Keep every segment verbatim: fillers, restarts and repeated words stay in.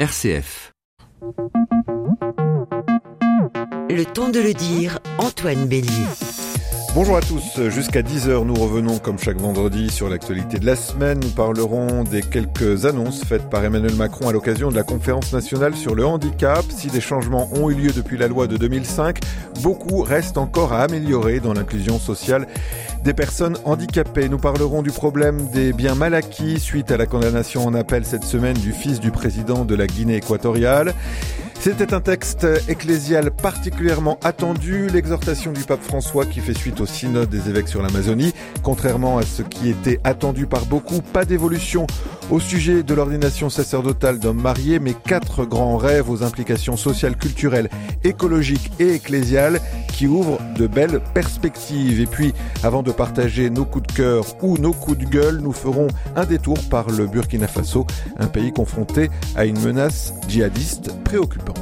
R C F. Le temps de le dire, Antoine Bélier. Bonjour à tous, jusqu'à dix heures nous revenons comme chaque vendredi sur l'actualité de la semaine. Nous parlerons des quelques annonces faites par Emmanuel Macron à l'occasion de la conférence nationale sur le handicap. Si des changements ont eu lieu depuis la loi de deux mille cinq, beaucoup reste encore à améliorer dans l'inclusion sociale des personnes handicapées. Nous parlerons du problème des biens mal acquis suite à la condamnation en appel cette semaine du fils du président de la Guinée équatoriale. C'était un texte ecclésial particulièrement attendu, l'exhortation du pape François qui fait suite au synode des évêques sur l'Amazonie. Contrairement à ce qui était attendu par beaucoup, pas d'évolution au sujet de l'ordination sacerdotale d'hommes mariés, mais quatre grands rêves aux implications sociales, culturelles, écologiques et ecclésiales qui ouvrent de belles perspectives. Et puis, avant de partager nos coups de cœur ou nos coups de gueule, nous ferons un détour par le Burkina Faso, un pays confronté à une menace djihadiste préoccupante.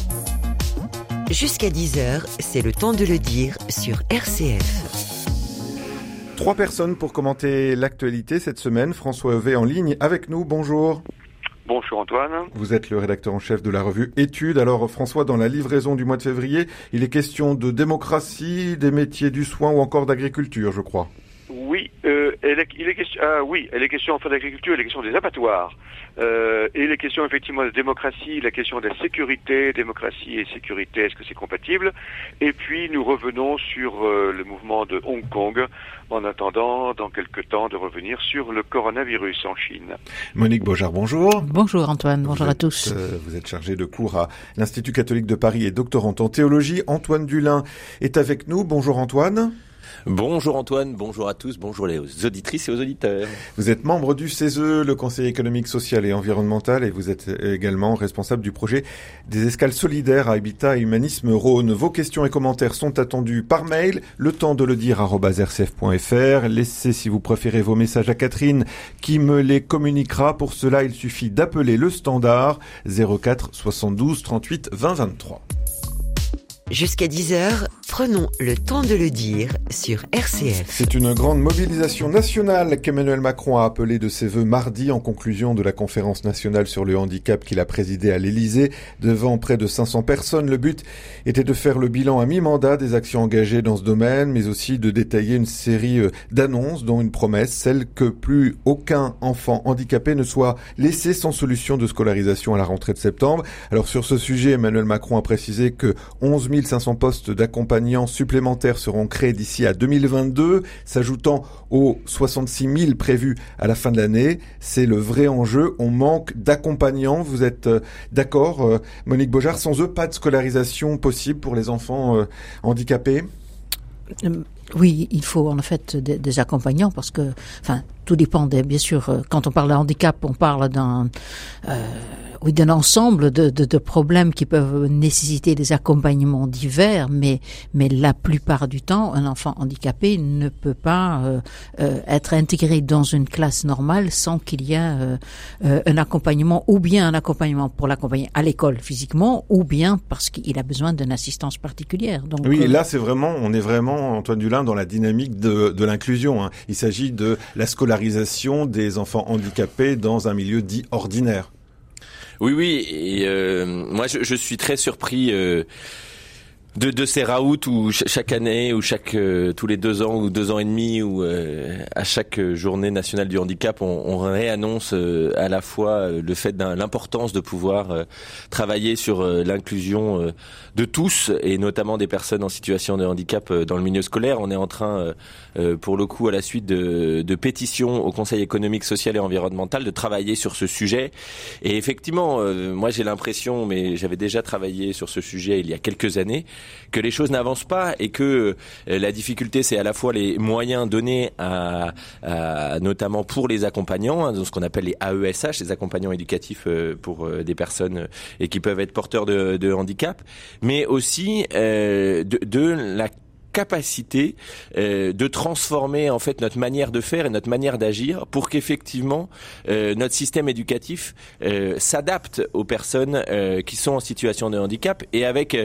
Jusqu'à dix heures, c'est le temps de le dire sur R C F. Trois personnes pour commenter l'actualité cette semaine. François Heuvet en ligne avec nous. Bonjour. Bonjour Antoine. Vous êtes le rédacteur en chef de la revue Études. Alors François, dans la livraison du mois de février, il est question de démocratie, des métiers du soin ou encore d'agriculture, je crois. Oui, euh, il, est, il est question, ah, oui, il est question enfin d'agriculture, il est question des abattoirs. Euh, et il est question effectivement de démocratie, la question de la sécurité, démocratie et sécurité, est-ce que c'est compatible? Et puis nous revenons sur euh, le mouvement de Hong Kong, en attendant dans quelques temps de revenir sur le coronavirus en Chine. Monique Beaujard, bonjour. Bonjour Antoine, bonjour vous à êtes, tous. Euh, vous êtes chargé de cours à l'Institut catholique de Paris et doctorante en théologie. Antoine Dulin est avec nous. Bonjour Antoine. Bonjour Antoine, bonjour à tous, bonjour les auditrices et aux auditeurs. Vous êtes membre du C E S E, le Conseil économique, social et environnemental, et vous êtes également responsable du projet des escales solidaires à Habitat et Humanisme Rhône. Vos questions et commentaires sont attendus par mail, le temps de le dire arobase r c f point f r. Laissez, si vous préférez, vos messages à Catherine qui me les communiquera. Pour cela, il suffit d'appeler le standard zéro quatre soixante-douze trente-huit vingt vingt-trois. Jusqu'à dix heures, prenons le temps de le dire sur R C F. C'est une grande mobilisation nationale qu'Emmanuel Macron a appelée de ses vœux mardi en conclusion de la conférence nationale sur le handicap qu'il a présidée à l'Élysée devant près de cinq cents personnes. Le but était de faire le bilan à mi-mandat des actions engagées dans ce domaine, mais aussi de détailler une série d'annonces dont une promesse, celle que plus aucun enfant handicapé ne soit laissé sans solution de scolarisation à la rentrée de septembre. Alors sur ce sujet, Emmanuel Macron a précisé que onze mille cinq cents postes d'accompagnants supplémentaires seront créés d'ici à deux mille vingt-deux, s'ajoutant aux soixante-six mille prévus à la fin de l'année. C'est le vrai enjeu. On manque d'accompagnants. Vous êtes euh, d'accord, euh, Monique Beaujard? Sans eux, pas de scolarisation possible pour les enfants euh, handicapés? Oui, il faut en fait des, des accompagnants parce que, enfin, tout dépend des, bien sûr, quand on parle de handicap, on parle d'un, euh, oui, d'un ensemble de, de, de problèmes qui peuvent nécessiter des accompagnements divers, mais, mais la plupart du temps, un enfant handicapé ne peut pas euh, euh, être intégré dans une classe normale sans qu'il y ait euh, euh, un accompagnement, ou bien un accompagnement pour l'accompagner à l'école physiquement, ou bien parce qu'il a besoin d'une assistance particulière. Donc, oui, et euh, là, c'est vraiment, on est vraiment, Antoine Dulin, dans la dynamique de, de l'inclusion. Hein. Il s'agit de la scolarisation des enfants handicapés dans un milieu dit ordinaire. Oui, oui, et euh, moi je, je suis très surpris euh, de, de ces raouts où ch- chaque année, ou chaque euh, tous les deux ans ou deux ans et demi, ou euh, à chaque journée nationale du handicap, on, on réannonce euh, à la fois euh, le fait de l'importance de pouvoir euh, travailler sur euh, l'inclusion euh, de tous, et notamment des personnes en situation de handicap euh, dans le milieu scolaire. On est en train, euh, euh, pour le coup, à la suite de, de pétitions au Conseil économique, social et environnemental, de travailler sur ce sujet. Et effectivement, euh, moi j'ai l'impression, mais j'avais déjà travaillé sur ce sujet il y a quelques années, que les choses n'avancent pas, et que euh, la difficulté, c'est à la fois les moyens donnés à, à notamment pour les accompagnants, hein, dans ce qu'on appelle les A E S H, les accompagnants éducatifs euh, pour euh, des personnes euh, et qui peuvent être porteurs de, de handicap, mais aussi euh, de, de la capacité euh, de transformer en fait notre manière de faire et notre manière d'agir pour qu'effectivement euh, notre système éducatif euh, s'adapte aux personnes euh, qui sont en situation de handicap, et avec euh,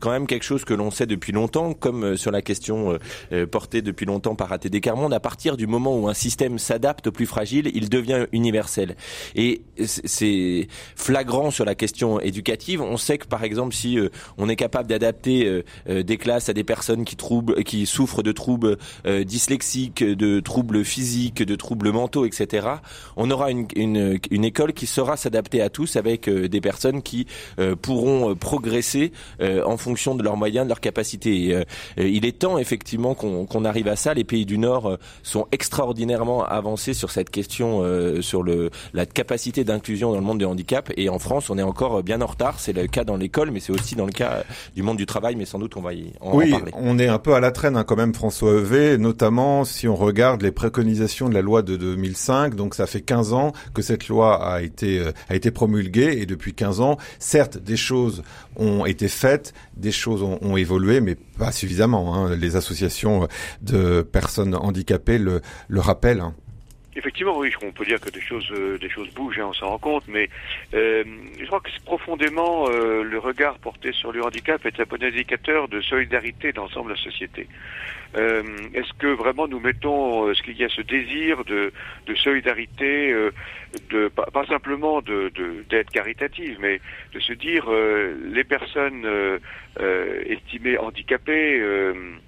quand même quelque chose que l'on sait depuis longtemps, comme sur la question euh, portée depuis longtemps par A T D Quart Monde. À partir du moment où un système s'adapte aux plus fragiles, il devient universel. Et c'est flagrant sur la question éducative. On sait que, par exemple, si euh, on est capable d'adapter euh, euh, des classes à des personnes qui, troublent, qui souffrent de troubles euh, dyslexiques, de troubles physiques, de troubles mentaux, et cetera, on aura une, une, une école qui saura s'adapter à tous avec euh, des personnes qui euh, pourront euh, progresser euh, en fonction de leurs moyens, de leurs capacités. Et, euh, il est temps, effectivement, qu'on qu'on arrive à ça. Les pays du Nord euh, sont extraordinairement avancés sur cette question, euh, sur le, la capacité d'inclusion dans le monde du handicap. Et en France, on est encore bien en retard. C'est le cas dans l'école, mais c'est aussi dans le cas du monde du travail. Mais sans doute, on va y en, oui, en parler. Oui, on est un peu à la traîne hein, quand même, François Heuvet, notamment si on regarde les préconisations de la loi de deux mille cinq. Donc ça fait quinze ans que cette loi a été euh, a été promulguée, et depuis quinze ans, certes, des choses ont été faites, des choses ont, ont évolué, mais pas suffisamment. Hein. Les associations de personnes handicapées le, le rappellent. Hein. Effectivement, oui, on peut dire que des choses, euh, des choses bougent, hein, on s'en rend compte, mais euh, je crois que c'est profondément euh, le regard porté sur le handicap est un bon indicateur de solidarité dans l'ensemble de la société. Euh, Est-ce que vraiment nous mettons, est-ce qu'il y a ce désir de, de solidarité, euh, de pas, pas simplement de d'être caritative, mais de se dire euh, les personnes euh, euh, estimées handicapées. Euh,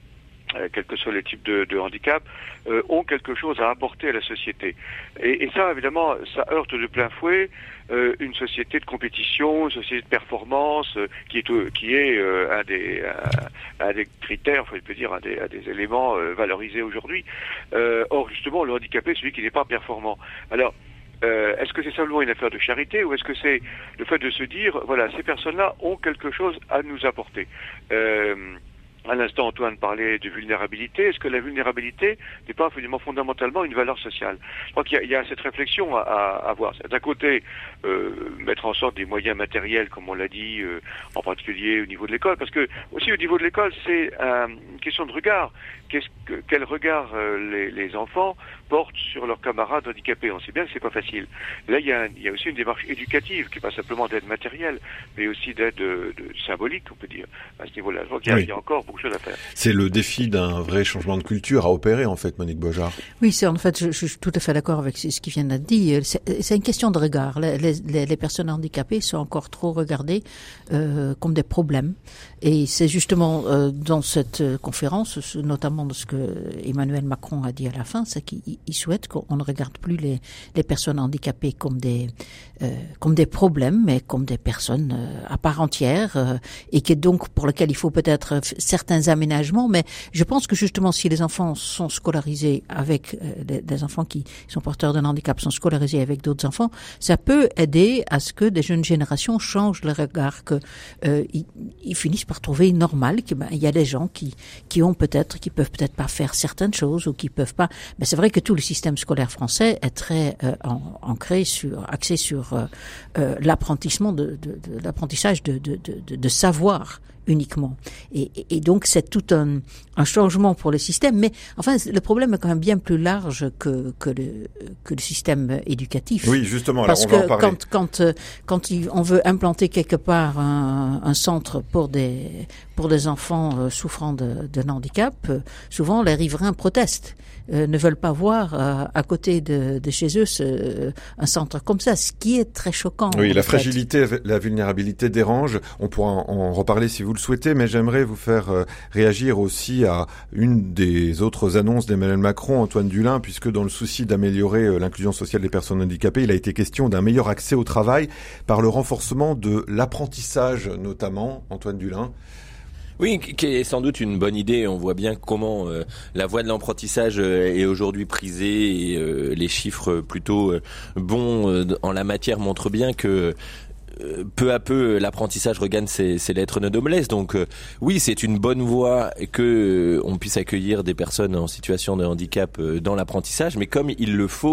quel que soit le type de, de handicap, euh, ont quelque chose à apporter à la société. Et, et ça, évidemment, ça heurte de plein fouet euh, une société de compétition, une société de performance, euh, qui est, euh, qui est euh, un, des, un, un des critères, enfin, je peux dire, un des, un des éléments euh, valorisés aujourd'hui. Euh, or, justement, le handicapé, c'est celui qui n'est pas performant. Alors, Euh, est-ce que c'est simplement une affaire de charité, ou est-ce que c'est le fait de se dire, voilà, ces personnes-là ont quelque chose à nous apporter? euh, À l'instant, Antoine parlait de vulnérabilité. Est-ce que la vulnérabilité n'est pas finalement fondamentalement une valeur sociale? Je crois qu'il y, y a cette réflexion à, à avoir. D'un côté, euh, mettre en sorte des moyens matériels, comme on l'a dit, euh, en particulier au niveau de l'école, parce que aussi au niveau de l'école, c'est euh, une question de regard. Qu'est-ce que, quel regard euh, les, les enfants portent sur leurs camarades handicapés? On sait bien que c'est pas facile. Là, il y a, un, il y a aussi une démarche éducative, qui n'est pas simplement d'aide matérielle, mais aussi d'aide de, de symbolique, on peut dire, à ce niveau-là. Je crois qu'il y a, oui. il y a encore beaucoup de choses à faire. C'est le défi d'un vrai changement de culture à opérer, en fait, Monique Beaujard. Oui, c'est en fait, je, je suis tout à fait d'accord avec ce qui vient d'être dit. C'est une question de regard. Les, les, les personnes handicapées sont encore trop regardées euh, comme des problèmes. Et c'est justement euh, dans cette conférence, notamment de ce que Emmanuel Macron a dit à la fin, c'est qu'il souhaite qu'on ne regarde plus les, les personnes handicapées comme des, euh, comme des problèmes, mais comme des personnes euh, à part entière, euh, et qui donc pour lesquelles il faut peut-être certains aménagements. Mais je pense que justement, si les enfants sont scolarisés avec euh, des, des enfants qui sont porteurs d'un handicap sont scolarisés avec d'autres enfants, ça peut aider à ce que des jeunes générations changent le regard, que euh, ils, ils finissent par trouver normal que ben il y a des gens qui qui ont peut-être qui peuvent peut-être pas faire certaines choses, ou qui peuvent pas. Mais c'est vrai que tout le système scolaire français est très euh, en, ancré sur axé sur euh, euh, l'apprentissement de, de, de l'apprentissage de, de, de, de savoir uniquement. Et, et donc c'est tout un, un changement pour le système. Mais enfin, le problème est quand même bien plus large que que le que le système éducatif. Oui, justement. Parce alors on va que en parler. quand quand quand on veut implanter quelque part un, un centre pour des pour des enfants souffrant de, d'un handicap, souvent les riverains protestent. Euh, ne veulent pas voir euh, à côté de, de chez eux ce, un centre comme ça, ce qui est très choquant. Oui, la fait. fragilité, la vulnérabilité dérange. On pourra en, en reparler si vous le souhaitez, mais j'aimerais vous faire euh, réagir aussi à une des autres annonces d'Emmanuel Macron, Antoine Dulin, puisque dans le souci d'améliorer euh, l'inclusion sociale des personnes handicapées, il a été question d'un meilleur accès au travail par le renforcement de l'apprentissage, notamment, Antoine Dulin. Oui, qui est sans doute une bonne idée. On voit bien comment euh, la voie de l'apprentissage euh, est aujourd'hui prisée, et euh, les chiffres plutôt euh, bons euh, en la matière montrent bien que euh, peu à peu l'apprentissage regagne ses, ses lettres de noblesse. Donc euh, oui, c'est une bonne voie que euh, on puisse accueillir des personnes en situation de handicap euh, dans l'apprentissage, mais comme il le faut,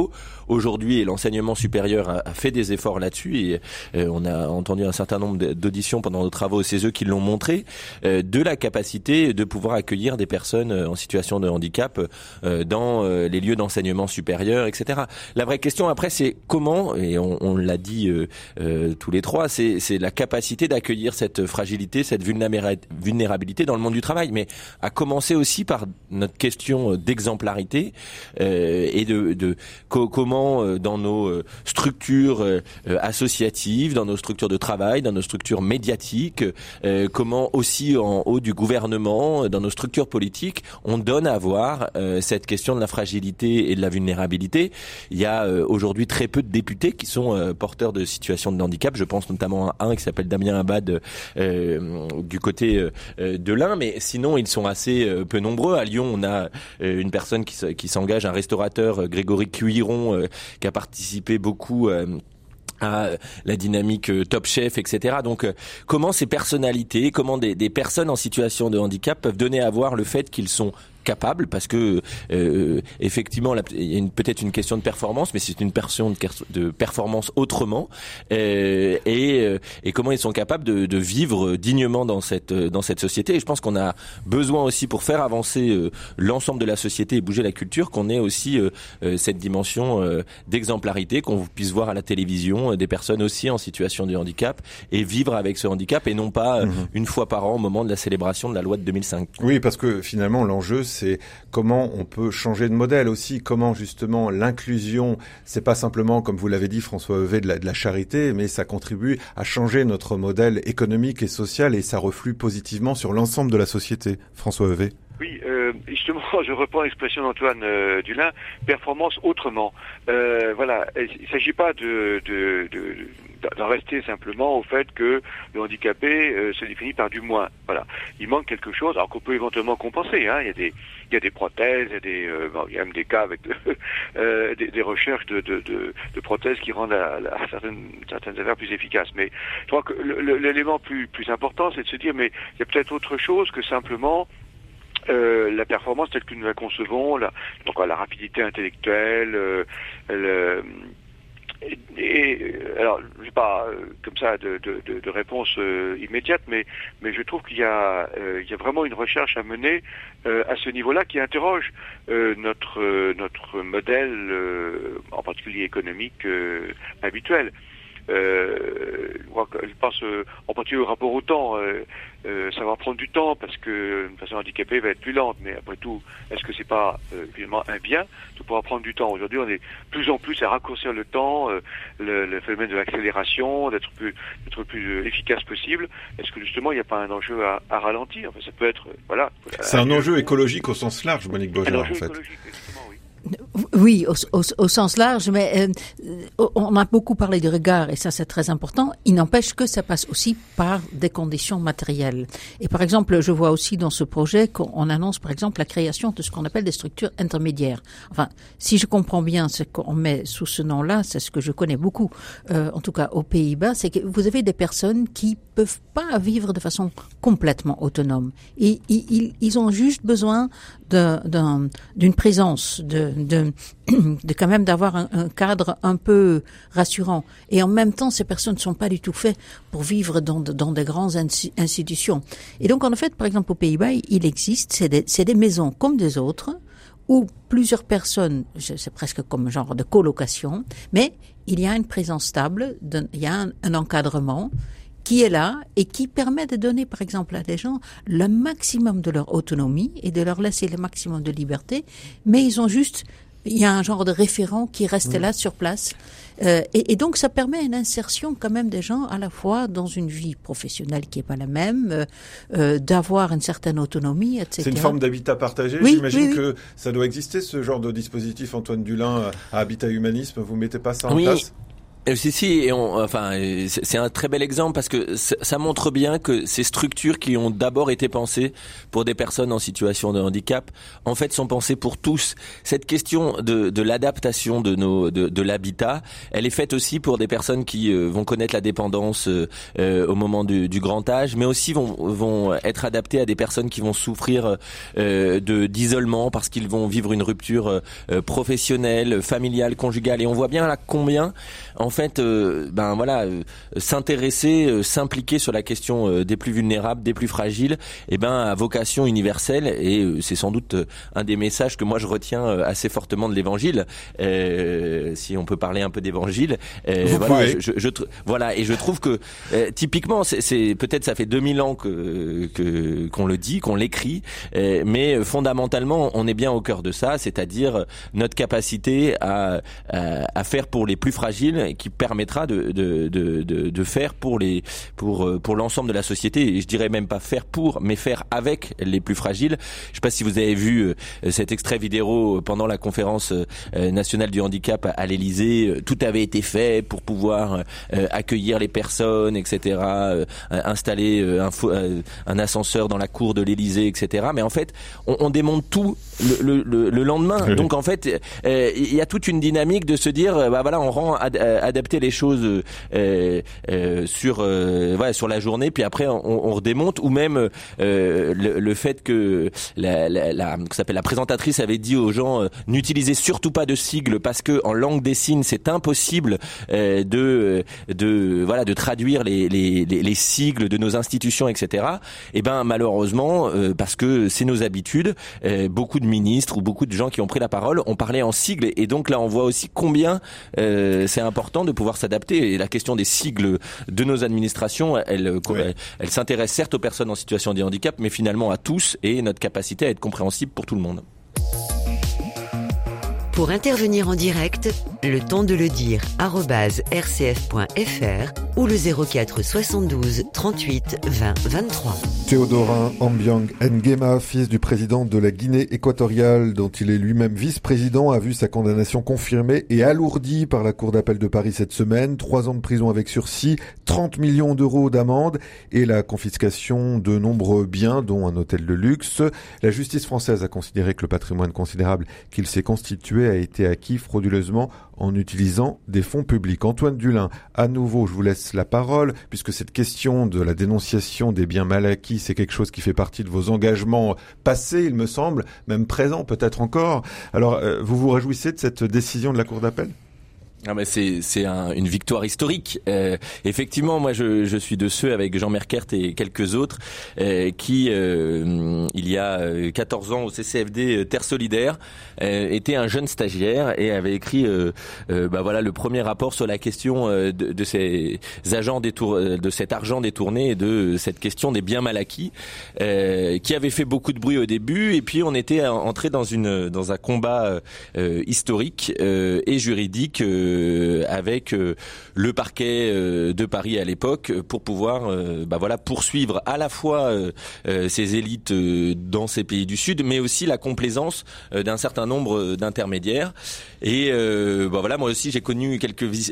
aujourd'hui, et l'enseignement supérieur a, a fait des efforts là-dessus, et euh, on a entendu un certain nombre d'auditions pendant nos travaux au C E S E qui l'ont montré, euh, de la capacité de pouvoir accueillir des personnes en situation de handicap euh, dans euh, les lieux d'enseignement supérieur, et cetera. La vraie question après, c'est comment, et on, on l'a dit euh, euh, tous les trois, c'est, c'est la capacité d'accueillir cette fragilité, cette vulnérabilité dans le monde du travail, mais à commencer aussi par notre question d'exemplarité euh, et de, de co- comment euh, dans nos structures euh, associatives, dans nos structures de travail, dans nos structures médiatiques, euh, comment aussi en haut du gouvernement, dans nos structures politiques, on donne à voir euh, cette question de la fragilité et de la vulnérabilité. Il y a euh, aujourd'hui très peu de députés qui sont euh, porteurs de situations de handicap. Je pense notamment à un qui s'appelle Damien Abad euh, du côté euh, de l'Ain, mais sinon ils sont assez euh, peu nombreux. À Lyon, on a euh, une personne qui, qui s'engage, un restaurateur, euh, Grégory Cuiron, euh, qui a participé beaucoup euh, à la dynamique Top Chef, et cetera. Donc, euh, comment ces personnalités, comment des, des personnes en situation de handicap peuvent donner à voir le fait qu'ils sont capables, parce que euh, effectivement, il y a une, peut-être une question de performance, mais c'est une question de, de performance autrement, euh, et, et comment ils sont capables de, de vivre dignement dans cette dans cette société. Et je pense qu'on a besoin aussi, pour faire avancer euh, l'ensemble de la société et bouger la culture, qu'on ait aussi euh, euh, cette dimension euh, d'exemplarité, qu'on puisse voir à la télévision euh, des personnes aussi en situation de handicap et vivre avec ce handicap, et non pas euh, mmh. une fois par an au moment de la célébration de la loi de deux mille cinq. Oui, parce que finalement l'enjeu, c'est comment on peut changer de modèle aussi, comment justement l'inclusion, c'est pas simplement, comme vous l'avez dit François Heuvet, de la, de la charité, mais ça contribue à changer notre modèle économique et social, et ça reflue positivement sur l'ensemble de la société. François Heuvet. Oui, euh, justement, je reprends l'expression d'Antoine euh, Dulin, performance autrement. Euh, voilà, il ne s'agit pas de, de, de, d'en rester simplement au fait que le handicapé euh, se définit par du moins. Voilà, il manque quelque chose, alors qu'on peut éventuellement compenser. Hein. Il y a des, il y a des prothèses, il y a des, euh, bon, il y a même des cas avec de, euh, des, des recherches de, de, de, de prothèses qui rendent à, à certaines, certaines affaires plus efficaces. Mais je crois que le, le, l'élément plus, plus important, c'est de se dire, mais il y a peut-être autre chose que simplement Euh, la performance telle que nous la concevons, la, donc la rapidité intellectuelle, euh, le, et, et alors j'ai pas euh, comme ça de, de, de, de réponse euh, immédiate, mais mais je trouve qu'il y a euh, il y a vraiment une recherche à mener euh, à ce niveau-là qui interroge euh, notre euh, notre modèle euh, en particulier économique euh, habituel. Euh, je pense euh, en particulier au rapport au temps. Euh, euh, ça va prendre du temps parce que une personne handicapée va être plus lente, mais après tout, est-ce que c'est pas euh, évidemment un bien de pouvoir prendre du temps? Aujourd'hui, on est plus en plus à raccourcir le temps, euh, le, le phénomène de l'accélération, d'être plus, d'être plus euh, efficace possible. Est-ce que justement, il n'y a pas un enjeu à, à ralentir? Enfin, ça peut être, euh, voilà. C'est un, un enjeu écologique au sens large, Monique Beaujard, en fait. Oui. Oui, au, au, au sens large, mais euh, on a beaucoup parlé du regard, et ça c'est très important. Il n'empêche que ça passe aussi par des conditions matérielles. Et par exemple, je vois aussi dans ce projet qu'on annonce par exemple la création de ce qu'on appelle des structures intermédiaires. Enfin, si je comprends bien ce qu'on met sous ce nom-là, c'est ce que je connais beaucoup, euh, en tout cas aux Pays-Bas, c'est que vous avez des personnes qui peuvent pas vivre de façon complètement autonome. Et ils, ils ont juste besoin de, d'un, d'une présence, de, de, de quand même d'avoir un, un cadre un peu rassurant. Et en même temps, ces personnes ne sont pas du tout faites pour vivre dans, dans des grandes institutions. Et donc, en fait, par exemple, aux Pays-Bas, il existe, c'est des, c'est des maisons comme des autres, où plusieurs personnes, c'est presque comme un genre de colocation, mais il y a une présence stable, de, il y a un, un encadrement qui est là et qui permet de donner, par exemple, à des gens le maximum de leur autonomie et de leur laisser le maximum de liberté, mais ils ont juste, il y a un genre de référent qui reste mmh. là sur place. Euh, et, et donc, ça permet une insertion quand même des gens à la fois dans une vie professionnelle qui est pas la même, euh, euh, d'avoir une certaine autonomie, et cetera. C'est une forme d'habitat partagé. Oui, J'imagine oui, oui. que ça doit exister, ce genre de dispositif, Antoine Dulin, à Habitat Humanisme. Vous mettez pas ça en oui. place? Euh, si si, et on, enfin, c'est un très bel exemple parce que ça montre bien que ces structures qui ont d'abord été pensées pour des personnes en situation de handicap, en fait, sont pensées pour tous. Cette question de, de l'adaptation de nos, de, de l'habitat, elle est faite aussi pour des personnes qui euh, vont connaître la dépendance euh, au moment du, du grand âge, mais aussi vont, vont être adaptées à des personnes qui vont souffrir euh, de d'isolement parce qu'ils vont vivre une rupture euh, professionnelle, familiale, conjugale, et on voit bien là combien en En fait, euh, ben voilà, euh, s'intéresser, euh, s'impliquer sur la question euh, des plus vulnérables, des plus fragiles, eh ben à vocation universelle, et euh, c'est sans doute euh, un des messages que moi je retiens euh, assez fortement de l'Évangile, euh, si on peut parler un peu d'Évangile. Euh, Vous voilà, pouvez. je, je, je, voilà, et je trouve que euh, typiquement, c'est, c'est peut-être ça fait deux mille ans que que qu'on le dit, qu'on l'écrit, euh, mais fondamentalement, on est bien au cœur de ça, c'est-à-dire notre capacité à à, à faire pour les plus fragiles, qui permettra de, de, de, de, de faire pour les, pour, pour l'ensemble de la société. Et je dirais même pas faire pour, mais faire avec les plus fragiles. Je sais pas si vous avez vu euh, cet extrait vidéo pendant la conférence euh, nationale du handicap à, à l'Élysée. Tout avait été fait pour pouvoir euh, accueillir les personnes, et cetera. Euh, installer euh, un, euh, un ascenseur dans la cour de l'Élysée, et cetera. Mais en fait, on, on démonte tout le, le, le lendemain. Oui. Donc en fait, euh, il y a toute une dynamique de se dire, bah voilà, on rend ad, adapter les choses euh, euh, sur euh, voilà, sur la journée, puis après on, on redémonte, ou même euh, le, le fait que la, la, la, que s'appelle la présentatrice avait dit aux gens euh, n'utilisez surtout pas de sigles parce que en langue des signes c'est impossible euh, de de voilà de traduire les, les les les sigles de nos institutions, et cetera. Et ben malheureusement euh, parce que c'est nos habitudes, euh, beaucoup de ministres ou beaucoup de gens qui ont pris la parole ont parlé en sigles, et donc là on voit aussi combien euh, c'est important de pouvoir s'adapter. Et la question des sigles de nos administrations, elle, oui. elle, elle s'intéresse certes aux personnes en situation de handicap, mais finalement à tous, et notre capacité à être compréhensible pour tout le monde. Pour intervenir en direct, le temps de le dire arobase r c f point f r ou le zéro quatre soixante-douze trente-huit vingt vingt-trois. Théodorin Ambiang Nguema, fils du président de la Guinée équatoriale, dont il est lui-même vice-président, a vu sa condamnation confirmée et alourdie par la Cour d'appel de Paris cette semaine. Trois ans de prison avec sursis, trente millions d'euros d'amende et la confiscation de nombreux biens, dont un hôtel de luxe. La justice française a considéré que le patrimoine considérable qu'il s'est constitué a été acquis frauduleusement en utilisant des fonds publics. Antoine Dulin, à nouveau, je vous laisse la parole, puisque cette question de la dénonciation des biens mal acquis, c'est quelque chose qui fait partie de vos engagements passés, il me semble, même présents peut-être encore. Alors, euh, vous vous réjouissez de cette décision de la Cour d'appel ? Ah mais c'est c'est un, une victoire historique. Euh, effectivement, moi je je suis de ceux avec Jean Merkert et quelques autres euh, qui euh, il y a quatorze ans au C C F D Terre Solidaire euh, était un jeune stagiaire et avait écrit euh, euh, bah voilà le premier rapport sur la question euh, de, de ces agents détour de cet argent détourné et de cette question des biens mal acquis euh, qui avait fait beaucoup de bruit au début, et puis on était entré dans une dans un combat euh, historique euh, et juridique euh, avec euh, le parquet euh, de Paris à l'époque pour pouvoir euh, bah voilà poursuivre à la fois euh, euh, ces élites euh, dans ces pays du Sud, mais aussi la complaisance euh, d'un certain nombre d'intermédiaires. Et euh, bah voilà, moi aussi j'ai connu quelques vic-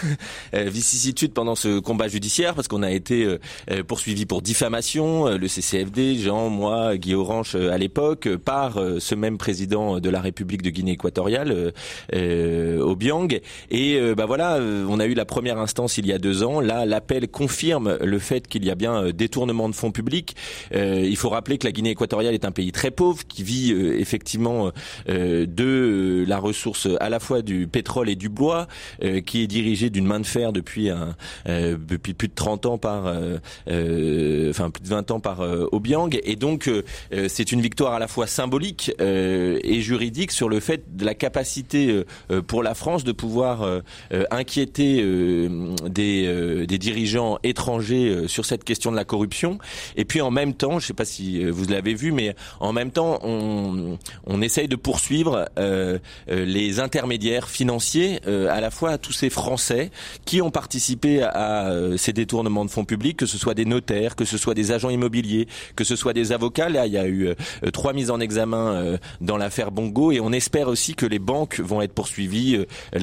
vicissitudes pendant ce combat judiciaire, parce qu'on a été euh, poursuivi pour diffamation, euh, le C C F D, Jean, moi, Guy Orange euh, à l'époque, euh, par euh, ce même président de la République de Guinée équatoriale, euh, euh, Obiang. Et euh, bah voilà, euh, on a eu la première instance il y a deux ans. Là, l'appel confirme le fait qu'il y a bien euh, détournement de fonds publics. Euh, il faut rappeler que la Guinée équatoriale est un pays très pauvre qui vit euh, effectivement euh, de euh, la ressource à la fois du pétrole et du bois, euh, qui est dirigé d'une main de fer depuis un euh, depuis plus de trente ans par, euh, euh, enfin plus de vingt ans par euh, Obiang. Et donc euh, c'est une victoire à la fois symbolique euh, et juridique sur le fait de la capacité euh, pour la France de pouvoir Euh, euh, inquiéter euh, des, euh, des dirigeants étrangers euh, sur cette question de la corruption. Et puis en même temps, je ne sais pas si vous l'avez vu, mais en même temps, on, on essaye de poursuivre euh, euh, les intermédiaires financiers, euh, à la fois à tous ces Français qui ont participé à, à euh, ces détournements de fonds publics, que ce soit des notaires, que ce soit des agents immobiliers, que ce soit des avocats. Là, il y a eu euh, trois mises en examen euh, dans l'affaire Bongo, et on espère aussi que les banques vont être poursuivies, euh, la société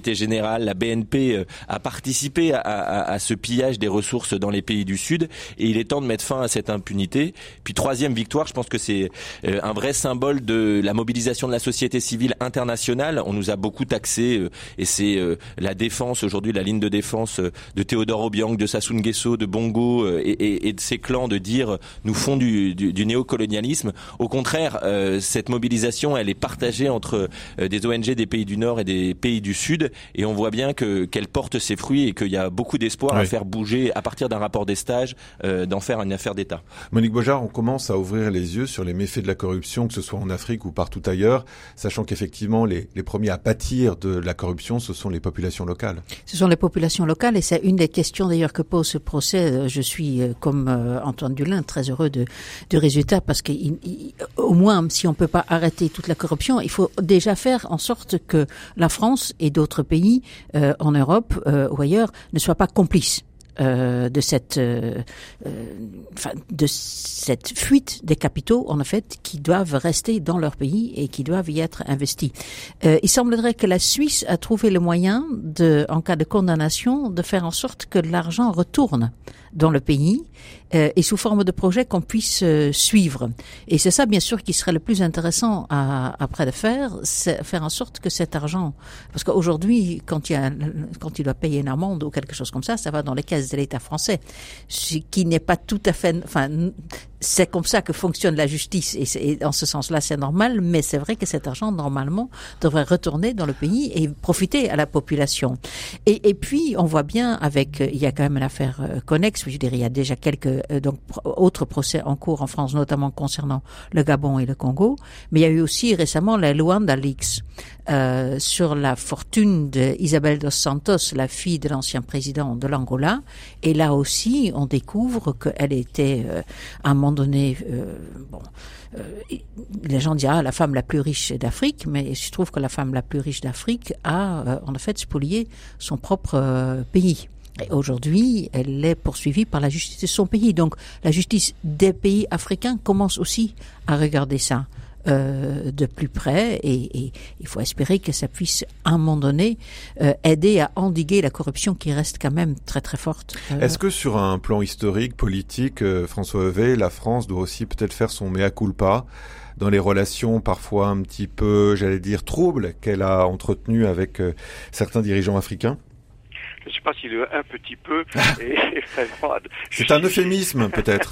Société Générale, la B N P euh, a participé à, à, à ce pillage des ressources dans les pays du Sud, et il est temps de mettre fin à cette impunité. Puis troisième victoire, je pense que c'est euh, un vrai symbole de la mobilisation de la société civile internationale. On nous a beaucoup taxé, euh, et c'est euh, la défense aujourd'hui, la ligne de défense euh, de Théodore Obiang, de Sassou Nguesso, de Bongo euh, et, et, et de ses clans de dire euh, nous font du, du, du néocolonialisme. Au contraire, euh, cette mobilisation, elle est partagée entre euh, des O N G des pays du Nord et des pays du Sud, et on voit bien que qu'elle porte ses fruits et qu'il y a beaucoup d'espoir oui. à faire bouger à partir d'un rapport des stages, euh, d'en faire une affaire d'État. Monique Beaujard, on commence à ouvrir les yeux sur les méfaits de la corruption, que ce soit en Afrique ou partout ailleurs, sachant qu'effectivement les, les premiers à pâtir de la corruption, ce sont les populations locales. Ce sont les populations locales, et c'est une des questions d'ailleurs que pose ce procès. Je suis, comme Antoine Dulin, très heureux de, du résultat, parce qu'au moins, si on ne peut pas arrêter toute la corruption, il faut déjà faire en sorte que la France et d'autres pays euh, en Europe euh, ou ailleurs ne soient pas complices euh, de cette, euh, euh, enfin, de cette fuite des capitaux, en fait, qui doivent rester dans leur pays et qui doivent y être investis. Euh, il semblerait que la Suisse a trouvé le moyen, de, en cas de condamnation, de faire en sorte que l'argent retourne dans le pays, euh, et sous forme de projet qu'on puisse euh, suivre. Et c'est ça, bien sûr, qui serait le plus intéressant à, après de faire, c'est faire en sorte que cet argent, parce qu'aujourd'hui, quand il y a, quand il doit payer une amende ou quelque chose comme ça, ça va dans les caisses de l'État français, ce qui n'est pas tout à fait, enfin, c'est comme ça que fonctionne la justice, et, et en ce sens-là, c'est normal, mais c'est vrai que cet argent, normalement, devrait retourner dans le pays et profiter à la population. Et, et puis, on voit bien avec, il y a quand même une affaire euh, connexe, je dirais, il y a déjà quelques euh, donc autres procès en cours en France, notamment concernant le Gabon et le Congo, mais il y a eu aussi récemment la Luanda Leaks euh, sur la fortune d'Isabel dos Santos, la fille de l'ancien président de l'Angola, et là aussi, on découvre qu'elle était euh, à un moment donné, euh, bon, euh, les gens disent ah, la femme la plus riche d'Afrique, mais il se trouve que la femme la plus riche d'Afrique a euh, en fait spolié son propre euh, pays. Et aujourd'hui, elle est poursuivie par la justice de son pays. Donc, la justice des pays africains commence aussi à regarder ça euh, de plus près, et, et il faut espérer que ça puisse, à un moment donné, euh, aider à endiguer la corruption qui reste quand même très très forte. Euh... Est-ce que sur un plan historique, politique, euh, François Heuvet, la France doit aussi peut-être faire son mea culpa dans les relations parfois un petit peu, j'allais dire, troubles qu'elle a entretenues avec euh, certains dirigeants africains? Je ne sais pas s'il est un petit peu. Et, vraiment, c'est un euphémisme, peut-être.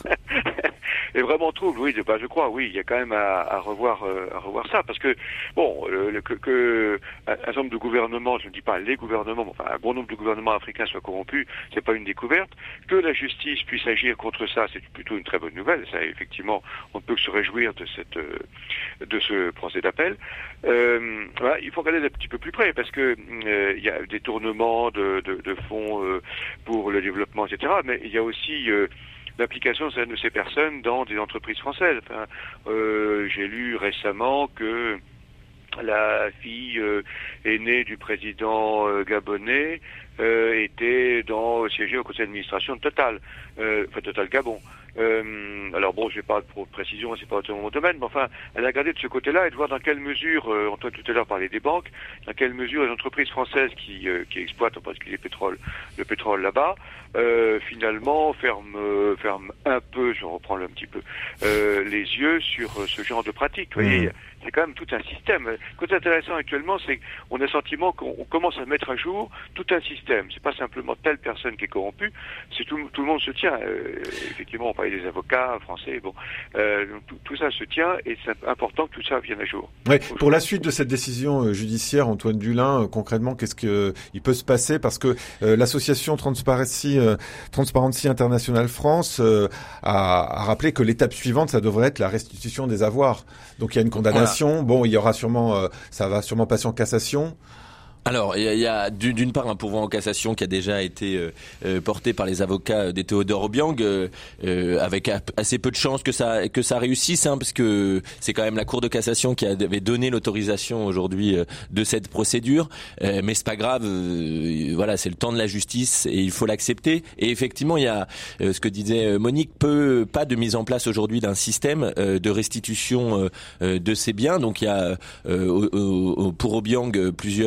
est vraiment trouble, oui, bah, je crois, oui, il y a quand même à, à revoir, euh, à revoir ça, parce que bon, le, que, que un certain nombre de gouvernements, je ne dis pas les gouvernements, mais enfin un bon nombre de gouvernements africains soient corrompus, c'est pas une découverte. Que la justice puisse agir contre ça, c'est plutôt une très bonne nouvelle. Ça, effectivement, on ne peut que se réjouir de cette, de ce procès d'appel. Euh, voilà, il faut regarder d'un petit peu plus près, parce que euh, il y a des tournements de, de, de fonds euh, pour le développement, et cetera. Mais il y a aussi euh, l'application de certaines de ces personnes dans des entreprises françaises. Enfin, euh, j'ai lu récemment que la fille euh, aînée du président euh, gabonais euh, était dans siégeait au conseil d'administration de Total, euh, enfin Total Gabon. Euh, alors bon, je vais pas pour précision, c'est pas mon domaine, mais enfin, elle a regardé de ce côté-là et de voir dans quelle mesure, euh, Antoine tout à l'heure parlait des banques, dans quelle mesure les entreprises françaises qui euh, qui exploitent en particulier le pétrole, le pétrole là-bas, euh, finalement ferment euh, ferment un peu, je reprends un petit peu, euh, les yeux sur euh, ce genre de pratique. Vous voyez, c'est quand même tout un système. Ce qui est intéressant actuellement, c'est qu'on a le sentiment qu'on commence à mettre à jour tout un système. C'est pas simplement telle personne qui est corrompue, c'est tout, tout le monde se tient. Euh, effectivement, on parlait des avocats français, bon, euh, tout, tout ça se tient et c'est important que tout ça vienne à jour. Oui, pour la suite de cette décision judiciaire, Antoine Dulin, euh, concrètement, qu'est-ce que il peut se passer? Parce que euh, l'association Transparency, euh, Transparency International France euh, a, a rappelé que l'étape suivante, ça devrait être la restitution des avoirs. Donc il y a une condamnation. Voilà. Bon, il y aura sûrement, euh, ça va sûrement passer en cassation. Alors, il y a, y a d'une part un pourvoi en cassation qui a déjà été euh, euh, porté par les avocats des Théodore Obiang, euh, euh, avec assez peu de chances que ça que ça réussisse, hein, parce que c'est quand même la Cour de cassation qui avait donné l'autorisation aujourd'hui euh, de cette procédure. Euh, mais c'est pas grave, euh, voilà, c'est le temps de la justice et il faut l'accepter. Et effectivement, il y a euh, ce que disait Monique, peu pas de mise en place aujourd'hui d'un système euh, de restitution euh, de ces biens. Donc il y a euh, au, au, pour Obiang plusieurs euh,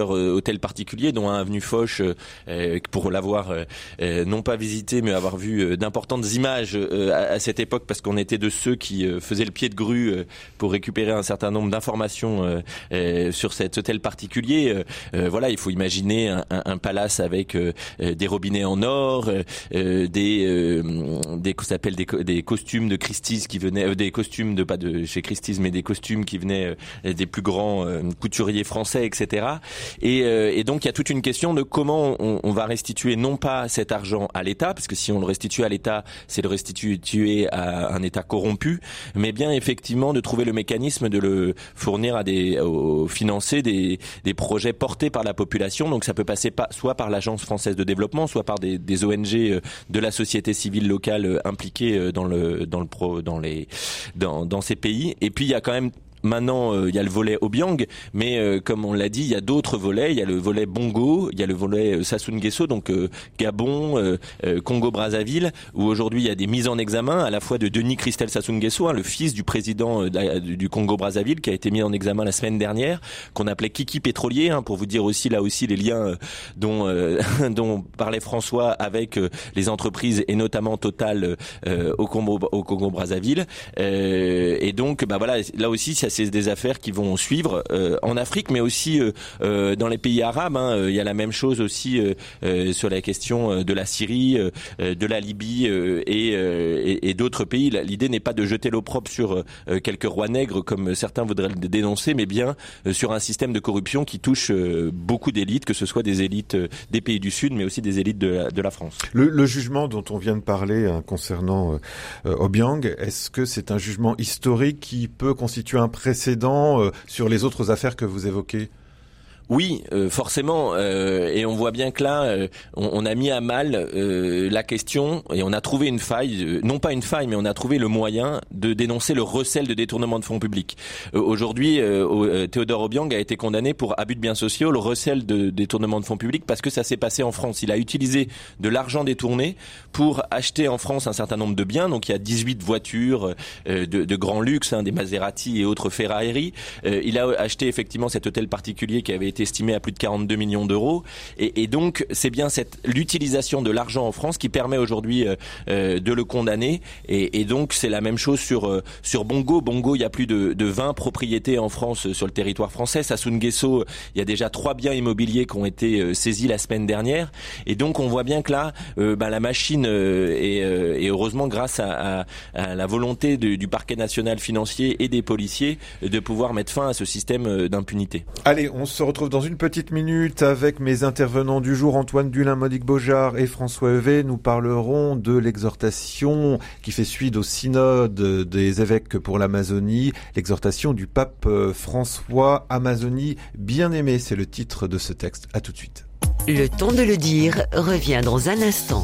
hôtels particuliers, dont un avenue Foch, euh, pour l'avoir euh, non pas visité, mais avoir vu euh, d'importantes images euh, à, à cette époque, parce qu'on était de ceux qui euh, faisaient le pied de grue euh, pour récupérer un certain nombre d'informations euh, euh, sur cet hôtel particulier. Euh, euh, voilà, il faut imaginer un, un, un palace avec euh, des robinets en or, euh, des euh, des ça s'appelle des, des costumes de Christie's qui venaient, euh, des costumes de pas de chez Christie's, mais des costumes qui venaient euh, des plus grands euh, couturiers français, et cetera. Et, euh, et donc il y a toute une question de comment on, on va restituer non pas cet argent à l'État, parce que si on le restitue à l'État, c'est le restituer à un État corrompu, mais bien effectivement de trouver le mécanisme de le fournir à des, aux, financer des, des projets portés par la population. Donc ça peut passer pas, soit par l'Agence française de développement, soit par des, des O N G de la société civile locale impliquée dans le dans le pro dans les dans dans ces pays. Et puis il y a quand même Maintenant, euh, il y a le volet Obiang, mais euh, comme on l'a dit, il y a d'autres volets. Il y a le volet Bongo, il y a le volet euh, Sassou Nguesso, donc euh, Gabon, euh, euh, Congo-Brazzaville, où aujourd'hui il y a des mises en examen à la fois de Denis Christel Sassou Nguesso, hein, le fils du président euh, du Congo-Brazzaville, qui a été mis en examen la semaine dernière, qu'on appelait Kiki Pétrolier, hein, pour vous dire aussi là aussi les liens euh, dont euh, dont parlait François avec euh, les entreprises et notamment Total euh, au Congo au Congo-Brazzaville. Euh, et donc, bah voilà, là aussi ça c'est des affaires qui vont suivre euh, en Afrique, mais aussi euh, euh, dans les pays arabes. Hein. Il y a la même chose aussi euh, euh, sur la question de la Syrie, euh, de la Libye euh, et, euh, et, et d'autres pays. L'idée n'est pas de jeter l'opprobre sur euh, quelques rois nègres, comme certains voudraient le dénoncer, mais bien euh, sur un système de corruption qui touche euh, beaucoup d'élites, que ce soit des élites euh, des pays du Sud, mais aussi des élites de la, de la France. Le, le jugement dont on vient de parler hein, concernant euh, Obiang, est-ce que c'est un jugement historique qui peut constituer un précédent euh, sur les autres affaires que vous évoquez ? Oui, euh, forcément, euh, et on voit bien que là, euh, on, on a mis à mal euh, la question et on a trouvé une faille, euh, non pas une faille, mais on a trouvé le moyen de dénoncer le recel de détournement de fonds publics. Euh, aujourd'hui, euh, Théodore Obiang a été condamné pour abus de biens sociaux, le recel de détournement de fonds publics, parce que ça s'est passé en France. Il a utilisé de l'argent détourné pour acheter en France un certain nombre de biens. Donc il y a dix-huit voitures euh, de, de grand luxe, hein, des Maserati et autres Ferrari. Euh, il a acheté effectivement cet hôtel particulier qui avait été estimé à plus de quarante-deux millions d'euros, et, et donc c'est bien cette l'utilisation de l'argent en France qui permet aujourd'hui euh, euh, de le condamner, et, et donc c'est la même chose sur euh, sur Bongo. Bongo, il y a plus de, de vingt propriétés en France sur le territoire français. Sassou Nguesso, il y a déjà trois biens immobiliers qui ont été euh, saisis la semaine dernière, et donc on voit bien que là, euh, bah, la machine euh, est, euh, et heureusement grâce à, à, à la volonté de, du parquet national financier et des policiers de pouvoir mettre fin à ce système d'impunité. Allez, on se retrouve dans une petite minute avec mes intervenants du jour, Antoine Dulin, Monique Beaujard et François Hevet. Nous parlerons de l'exhortation qui fait suite au synode des évêques pour l'Amazonie, l'exhortation du pape François, Amazonie bien-aimée, c'est le titre de ce texte. À tout de suite. Le temps de le dire revient dans un instant.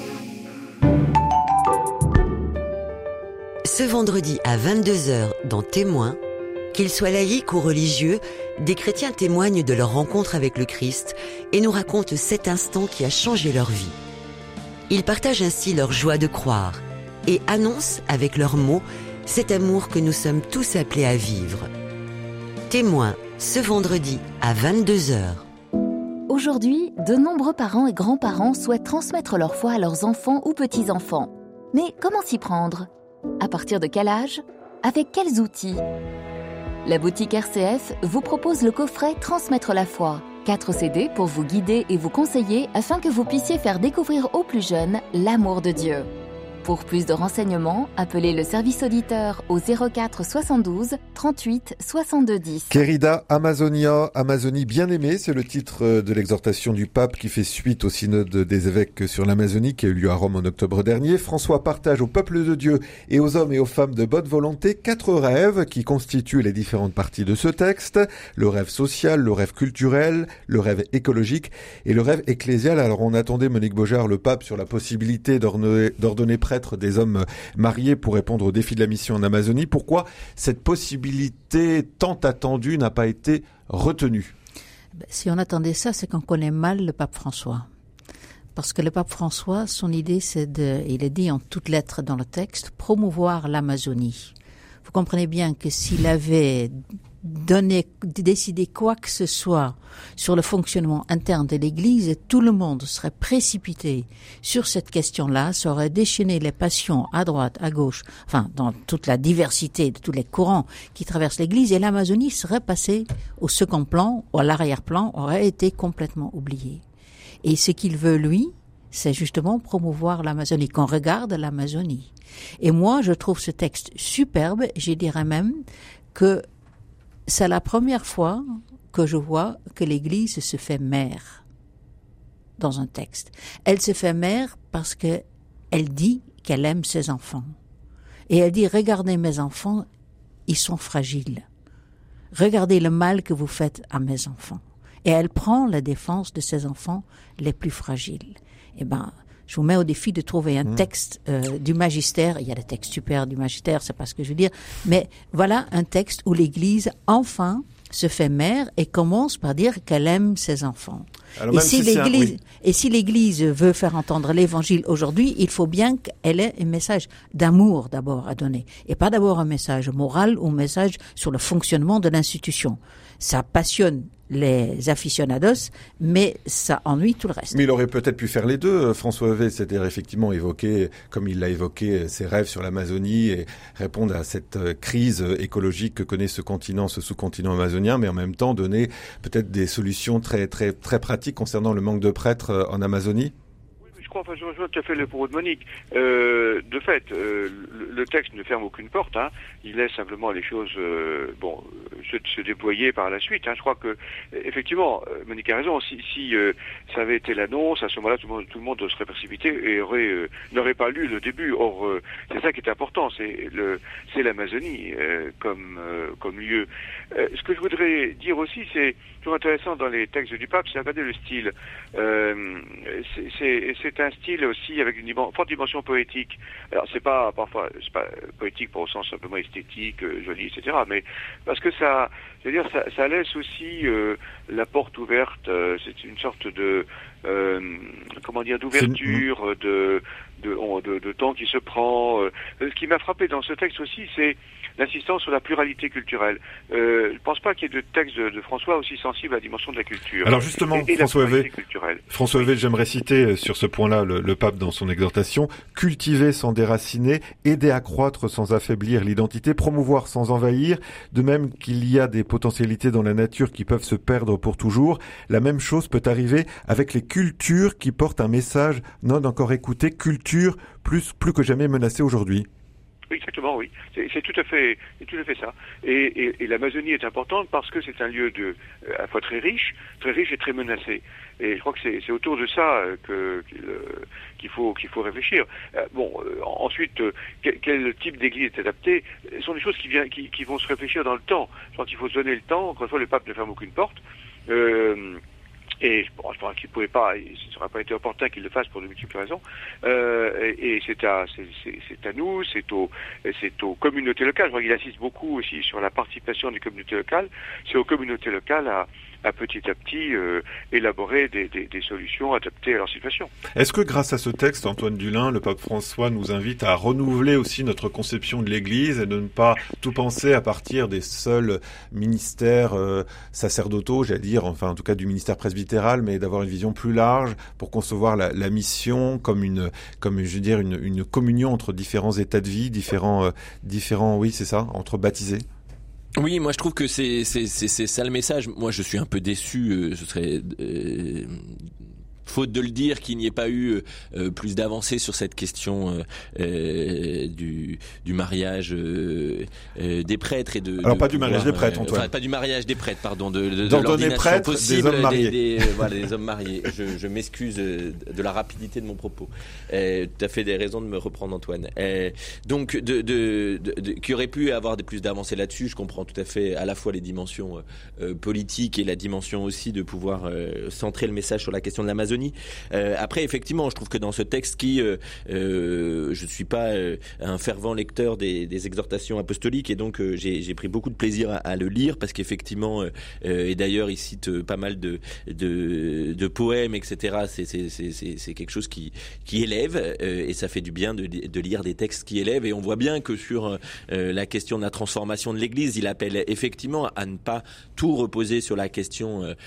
Ce vendredi à vingt-deux heures dans Témoins, qu'ils soient laïcs ou religieux, des chrétiens témoignent de leur rencontre avec le Christ et nous racontent cet instant qui a changé leur vie. Ils partagent ainsi leur joie de croire et annoncent avec leurs mots cet amour que nous sommes tous appelés à vivre. Témoins, ce vendredi à vingt-deux heures. Aujourd'hui, de nombreux parents et grands-parents souhaitent transmettre leur foi à leurs enfants ou petits-enfants. Mais comment s'y prendre ? À partir de quel âge ? Avec quels outils ? La boutique R C F vous propose le coffret Transmettre la foi. quatre C D pour vous guider et vous conseiller afin que vous puissiez faire découvrir aux plus jeunes l'amour de Dieu. Pour plus de renseignements, appelez le service auditeur au zéro quatre soixante-douze trente-huit soixante-deux dix. Querida Amazonia, Amazonie bien-aimée, c'est le titre de l'exhortation du pape qui fait suite au synode des évêques sur l'Amazonie qui a eu lieu à Rome en octobre dernier. François partage au peuple de Dieu et aux hommes et aux femmes de bonne volonté quatre rêves qui constituent les différentes parties de ce texte. Le rêve social, le rêve culturel, le rêve écologique et le rêve ecclésial. Alors on attendait Monique Beaujard, le pape, sur la possibilité d'ordonner, d'ordonner prêtre des hommes mariés pour répondre aux défis de la mission en Amazonie. Pourquoi cette possibilité tant attendue n'a pas été retenue ? Si on attendait ça, c'est qu'on connaît mal le pape François. Parce que le pape François, son idée, c'est de, il est dit en toutes lettres dans le texte, promouvoir l'Amazonie. Vous comprenez bien que s'il avait donner, décider quoi que ce soit sur le fonctionnement interne de l'Église, et tout le monde serait précipité sur cette question-là, ça aurait déchaîné les passions à droite, à gauche, enfin dans toute la diversité de tous les courants qui traversent l'Église, et l'Amazonie serait passée au second plan, ou à l'arrière-plan, aurait été complètement oubliée. Et ce qu'il veut, lui, c'est justement promouvoir l'Amazonie, qu'on regarde l'Amazonie. Et moi, je trouve ce texte superbe, je dirais même que c'est la première fois que je vois que l'Église se fait mère dans un texte. Elle se fait mère parce que elle dit qu'elle aime ses enfants. Et elle dit, regardez mes enfants, ils sont fragiles. Regardez le mal que vous faites à mes enfants. Et elle prend la défense de ses enfants les plus fragiles. Eh ben, je vous mets au défi de trouver un mmh. texte euh, du magistère. Il y a des textes super du magistère, c'est pas ce que je veux dire. Mais voilà un texte où l'Église, enfin, se fait mère et commence par dire qu'elle aime ses enfants. Alors et, si si l'Église, un, oui. et si l'Église veut faire entendre l'Évangile aujourd'hui, il faut bien qu'elle ait un message d'amour d'abord à donner. Et pas d'abord un message moral ou un message sur le fonctionnement de l'institution. Ça passionne les aficionados, mais ça ennuie tout le reste. Mais il aurait peut-être pu faire les deux, François Heuvet, c'est-à-dire effectivement évoquer, comme il l'a évoqué, ses rêves sur l'Amazonie et répondre à cette crise écologique que connaît ce continent, ce sous-continent amazonien, mais en même temps donner peut-être des solutions très, très, très pratiques concernant le manque de prêtres en Amazonie. Enfin, je rejoins tout à fait le propos de Monique. Euh, de fait, euh, le, le texte ne ferme aucune porte. Hein. Il laisse simplement les choses, euh, bon, se, se déployer par la suite. Hein. Je crois que, effectivement, Monique a raison. Si, si euh, ça avait été l'annonce, à ce moment-là, tout le monde, tout le monde serait précipité et aurait, euh, n'aurait pas lu le début. Or, euh, c'est ça qui est important. C'est le, c'est l'Amazonie euh, comme euh, comme lieu. Euh, ce que je voudrais dire aussi, c'est toujours intéressant dans les textes du pape, c'est regarder le style. Euh, c'est, c'est, c'est un style aussi avec une dimension, forte dimension poétique. Alors c'est pas parfois c'est pas poétique pour au sens simplement esthétique, euh, joli, et cetera. Mais parce que ça, je veux dire, ça, ça laisse aussi euh, la porte ouverte. Euh, c'est une sorte de euh, comment dire d'ouverture, de de, de de temps qui se prend. Euh, ce qui m'a frappé dans ce texte aussi, c'est l'insistance sur la pluralité culturelle. Euh, je ne pense pas qu'il y ait de texte de, de François aussi sensible à la dimension de la culture. Alors justement, et, et François Heuvet, François Heuvet, j'aimerais citer sur ce point-là le, le pape dans son exhortation: cultiver sans déraciner, aider à croître sans affaiblir l'identité, promouvoir sans envahir, de même qu'il y a des potentialités dans la nature qui peuvent se perdre pour toujours. La même chose peut arriver avec les cultures qui portent un message non encore écouté, culture plus, plus que jamais menacée aujourd'hui. Exactement, oui. C'est, c'est tout à fait, c'est tout à fait ça. Et, et, et l'Amazonie est importante parce que c'est un lieu de, à la fois très riche, très riche et très menacé. Et je crois que c'est, c'est autour de ça que, qu'il, qu'il faut, qu'il faut réfléchir. Bon, euh, ensuite, euh, quel, quel type d'église est adapté? Ce sont des choses qui, vient, qui, qui vont se réfléchir dans le temps. Je crois qu'il faut se donner le temps. Encore une fois, le pape ne ferme aucune porte. Euh, Et bon, je pense qu'il pouvait pas, ce n'aurait pas été opportun qu'il le fasse pour de multiples raisons. Euh, et, et c'est à, c'est, c'est, c'est à nous, c'est aux, c'est aux communautés locales. Je crois qu'il insiste beaucoup aussi sur la participation des communautés locales. C'est aux communautés locales à, à petit à petit euh, élaborer des, des, des solutions adaptées à leur situation. Est-ce que grâce à ce texte, Antoine Dulin, le pape François nous invite à renouveler aussi notre conception de l'Église et de ne pas tout penser à partir des seuls ministères euh, sacerdotaux, j'allais dire, enfin en tout cas du ministère presbytéral, mais d'avoir une vision plus large pour concevoir la, la mission comme une, comme je veux dire, une, une communion entre différents états de vie, différents, euh, différents, oui c'est ça, entre baptisés? Oui, moi je trouve que c'est c'est c'est c'est ça le message. Moi je suis un peu déçu, euh, ce serait euh, faute de le dire, qu'il n'y ait pas eu euh, plus d'avancées sur cette question euh, euh, du du mariage euh, euh, des prêtres et de alors de pas du mariage pouvoir, des prêtres, Antoine. Enfin pas du mariage des prêtres, pardon, de de, de l'ordination prêtres, possible des hommes mariés. des, des euh, voilà des hommes mariés. Je, je m'excuse de la rapidité de mon propos. Euh, tu as fait des raisons de me reprendre, Antoine. Euh, donc de de, de, de qui aurait pu avoir des plus d'avancées là-dessus. Je comprends tout à fait à la fois les dimensions euh, politiques et la dimension aussi de pouvoir euh, centrer le message sur la question de l'Amazonie. Amazonie. Euh, après, effectivement, je trouve que dans ce texte qui, euh, euh, je ne suis pas euh, un fervent lecteur des, des exhortations apostoliques et donc euh, j'ai, j'ai pris beaucoup de plaisir à, à le lire parce qu'effectivement, euh, et d'ailleurs il cite euh, pas mal de, de, de poèmes, et cetera. C'est, c'est, c'est, c'est, c'est quelque chose qui, qui élève euh, et ça fait du bien de, de lire des textes qui élèvent et on voit bien que sur euh, la question de la transformation de l'Église, il appelle effectivement à ne pas tout reposer sur la question euh,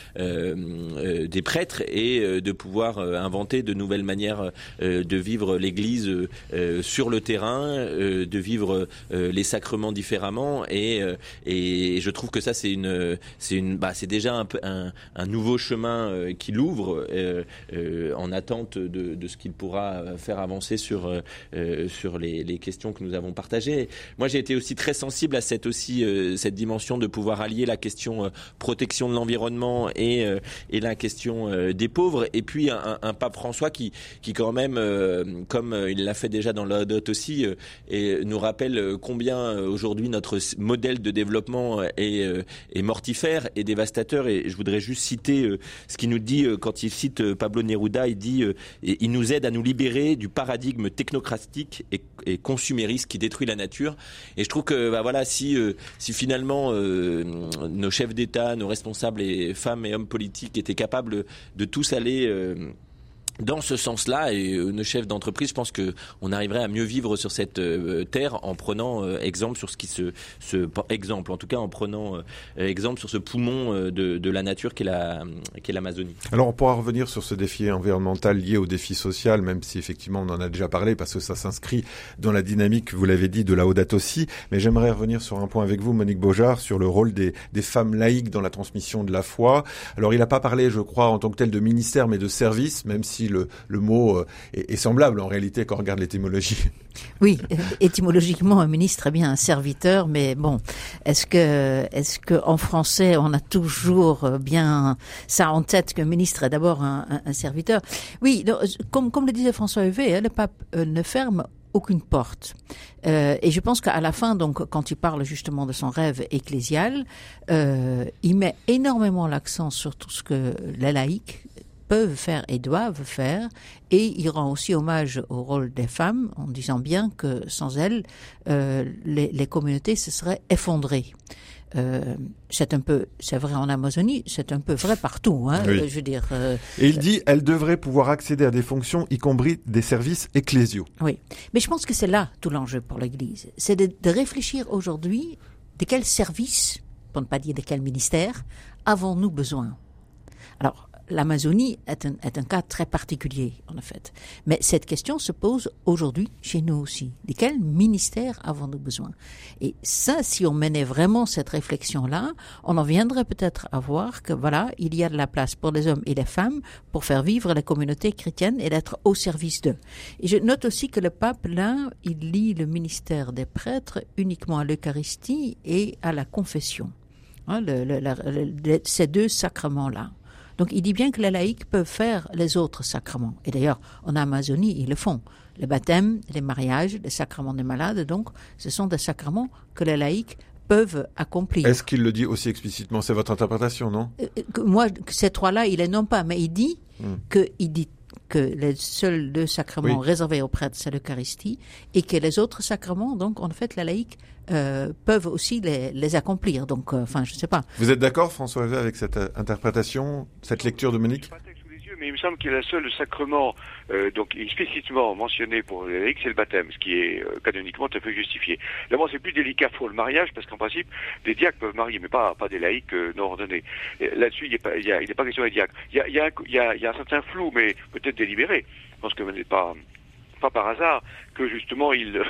euh, des prêtres et euh, de pouvoir euh, inventer de nouvelles manières euh, de vivre l'Église euh, sur le terrain, euh, de vivre euh, les sacrements différemment et, euh, et je trouve que ça c'est une, c'est une, bah, c'est déjà un, peu, un, un nouveau chemin euh, qu'il ouvre euh, euh, en attente de, de ce qu'il pourra faire avancer sur euh, sur les, les questions que nous avons partagées. Moi, j'ai été aussi très sensible à cette aussi euh, cette dimension de pouvoir allier la question euh, protection de l'environnement et euh, et la question euh, des pauvres. Et puis un, un pape François qui qui quand même, euh, comme il l'a fait déjà dans Laudato aussi, euh, et nous rappelle combien euh, aujourd'hui notre modèle de développement est, euh, est mortifère et dévastateur. Et je voudrais juste citer euh, ce qu'il nous dit euh, quand il cite euh, Pablo Neruda. Il dit euh, et il nous aide à nous libérer du paradigme technocratique et, et consumériste qui détruit la nature. Et je trouve que bah voilà, si euh, si finalement euh, nos chefs d'État, nos responsables et femmes et hommes politiques étaient capables de tous aller euh, dans ce sens-là, et euh, nos chefs d'entreprise, je pense que on arriverait à mieux vivre sur cette euh, terre en prenant euh, exemple sur ce qui se, se exemple, en tout cas en prenant euh, exemple sur ce poumon euh, de, de la nature qu'est la qu'est l'Amazonie. Alors on pourra revenir sur ce défi environnemental lié au défi social, même si effectivement on en a déjà parlé parce que ça s'inscrit dans la dynamique, vous l'avez dit, de Laudato Si. Mais j'aimerais revenir sur un point avec vous, Monique Beaujard, sur le rôle des, des femmes laïques dans la transmission de la foi. Alors il n'a pas parlé, je crois, en tant que tel de ministère, mais de service, même si Le, le mot est, est semblable en réalité quand on regarde l'étymologie. Oui, étymologiquement, un ministre est bien un serviteur, mais bon, est-ce que, est-ce que en français on a toujours bien ça en tête qu'un ministre est d'abord un, un, un serviteur? Oui, donc, comme, comme le disait François Heuvet, hein, le pape euh, ne ferme aucune porte. Euh, et je pense qu'à la fin, donc, quand il parle justement de son rêve ecclésial, euh, il met énormément l'accent sur tout ce que les laïcs peuvent faire et doivent faire, et il rend aussi hommage au rôle des femmes en disant bien que sans elles, euh, les, les communautés se seraient effondrées. Euh, c'est un peu, c'est vrai en Amazonie, c'est un peu vrai partout, hein. Oui. Je veux dire. Euh, et il dit, elles devraient pouvoir accéder à des fonctions, y compris des services ecclésiaux. Oui, mais je pense que c'est là tout l'enjeu pour l'Église, c'est de, de réfléchir aujourd'hui de quels services, pour ne pas dire de quel ministère, avons-nous besoin. Alors. L'Amazonie est un, est un cas très particulier, en fait. Mais cette question se pose aujourd'hui chez nous aussi. De quel ministère avons-nous besoin? Et ça, si on menait vraiment cette réflexion-là, on en viendrait peut-être à voir que, voilà, il y a de la place pour les hommes et les femmes pour faire vivre les communautés chrétiennes et d'être au service d'eux. Et je note aussi que le pape, là, il lie le ministère des prêtres uniquement à l'Eucharistie et à la confession. Hein, le, le, la, le, ces deux sacrements-là. Donc, il dit bien que les laïcs peuvent faire les autres sacrements. Et d'ailleurs, en Amazonie, ils le font. Le baptême, les mariages, les sacrements des malades, donc, ce sont des sacrements que les laïcs peuvent accomplir. Est-ce qu'il le dit aussi explicitement? C'est votre interprétation, non? euh, Moi, ces trois-là, il les nomme pas, mais il dit hmm. que, il dit que les seuls deux sacrements oui. réservés aux prêtres, c'est l'Eucharistie, et que les autres sacrements, donc, en fait, les laïcs euh, peuvent aussi les, les accomplir. Donc, euh, enfin, je sais pas. Vous êtes d'accord, François Heuvet, avec cette euh, interprétation, cette lecture de Monique? Mais il me semble que le seul sacrement euh, donc explicitement mentionné pour les laïcs, c'est le baptême, ce qui est euh, canoniquement tout à fait justifié. D'abord, c'est plus délicat pour le mariage, parce qu'en principe, des diacres peuvent marier, mais pas pas des laïcs euh, non ordonnés. Et là-dessus, il n'est pas, il y a, il n'est pas question des diacres. Il y a, il y a, un, il y a, il y a un certain flou, mais peut-être délibéré. Je pense que ce n'est pas pas par hasard que justement il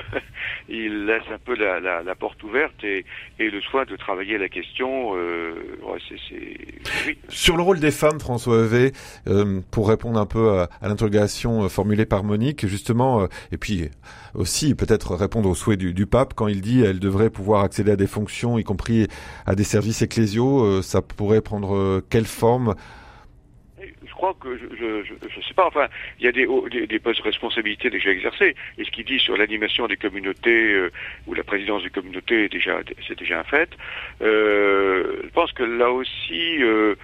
il laisse un peu la, la, la porte ouverte et, et le soin de travailler la question. Euh, ouais, c'est, c'est... Oui. Sur le rôle des femmes, François Heuvet, euh, pour répondre un peu à, à l'interrogation euh, formulée par Monique, justement, euh, et puis aussi peut-être répondre aux souhaits du, du pape quand il dit qu'elles devraient pouvoir accéder à des fonctions, y compris à des services ecclésiaux, euh, ça pourrait prendre euh, quelle forme? Je crois que je, je, je, je sais pas. Enfin, il y a des, des, des postes de responsabilité déjà exercés. Et ce qu'il dit sur l'animation des communautés euh, ou la présidence des communautés, est déjà, c'est déjà un fait. Euh, je pense que là aussi, euh,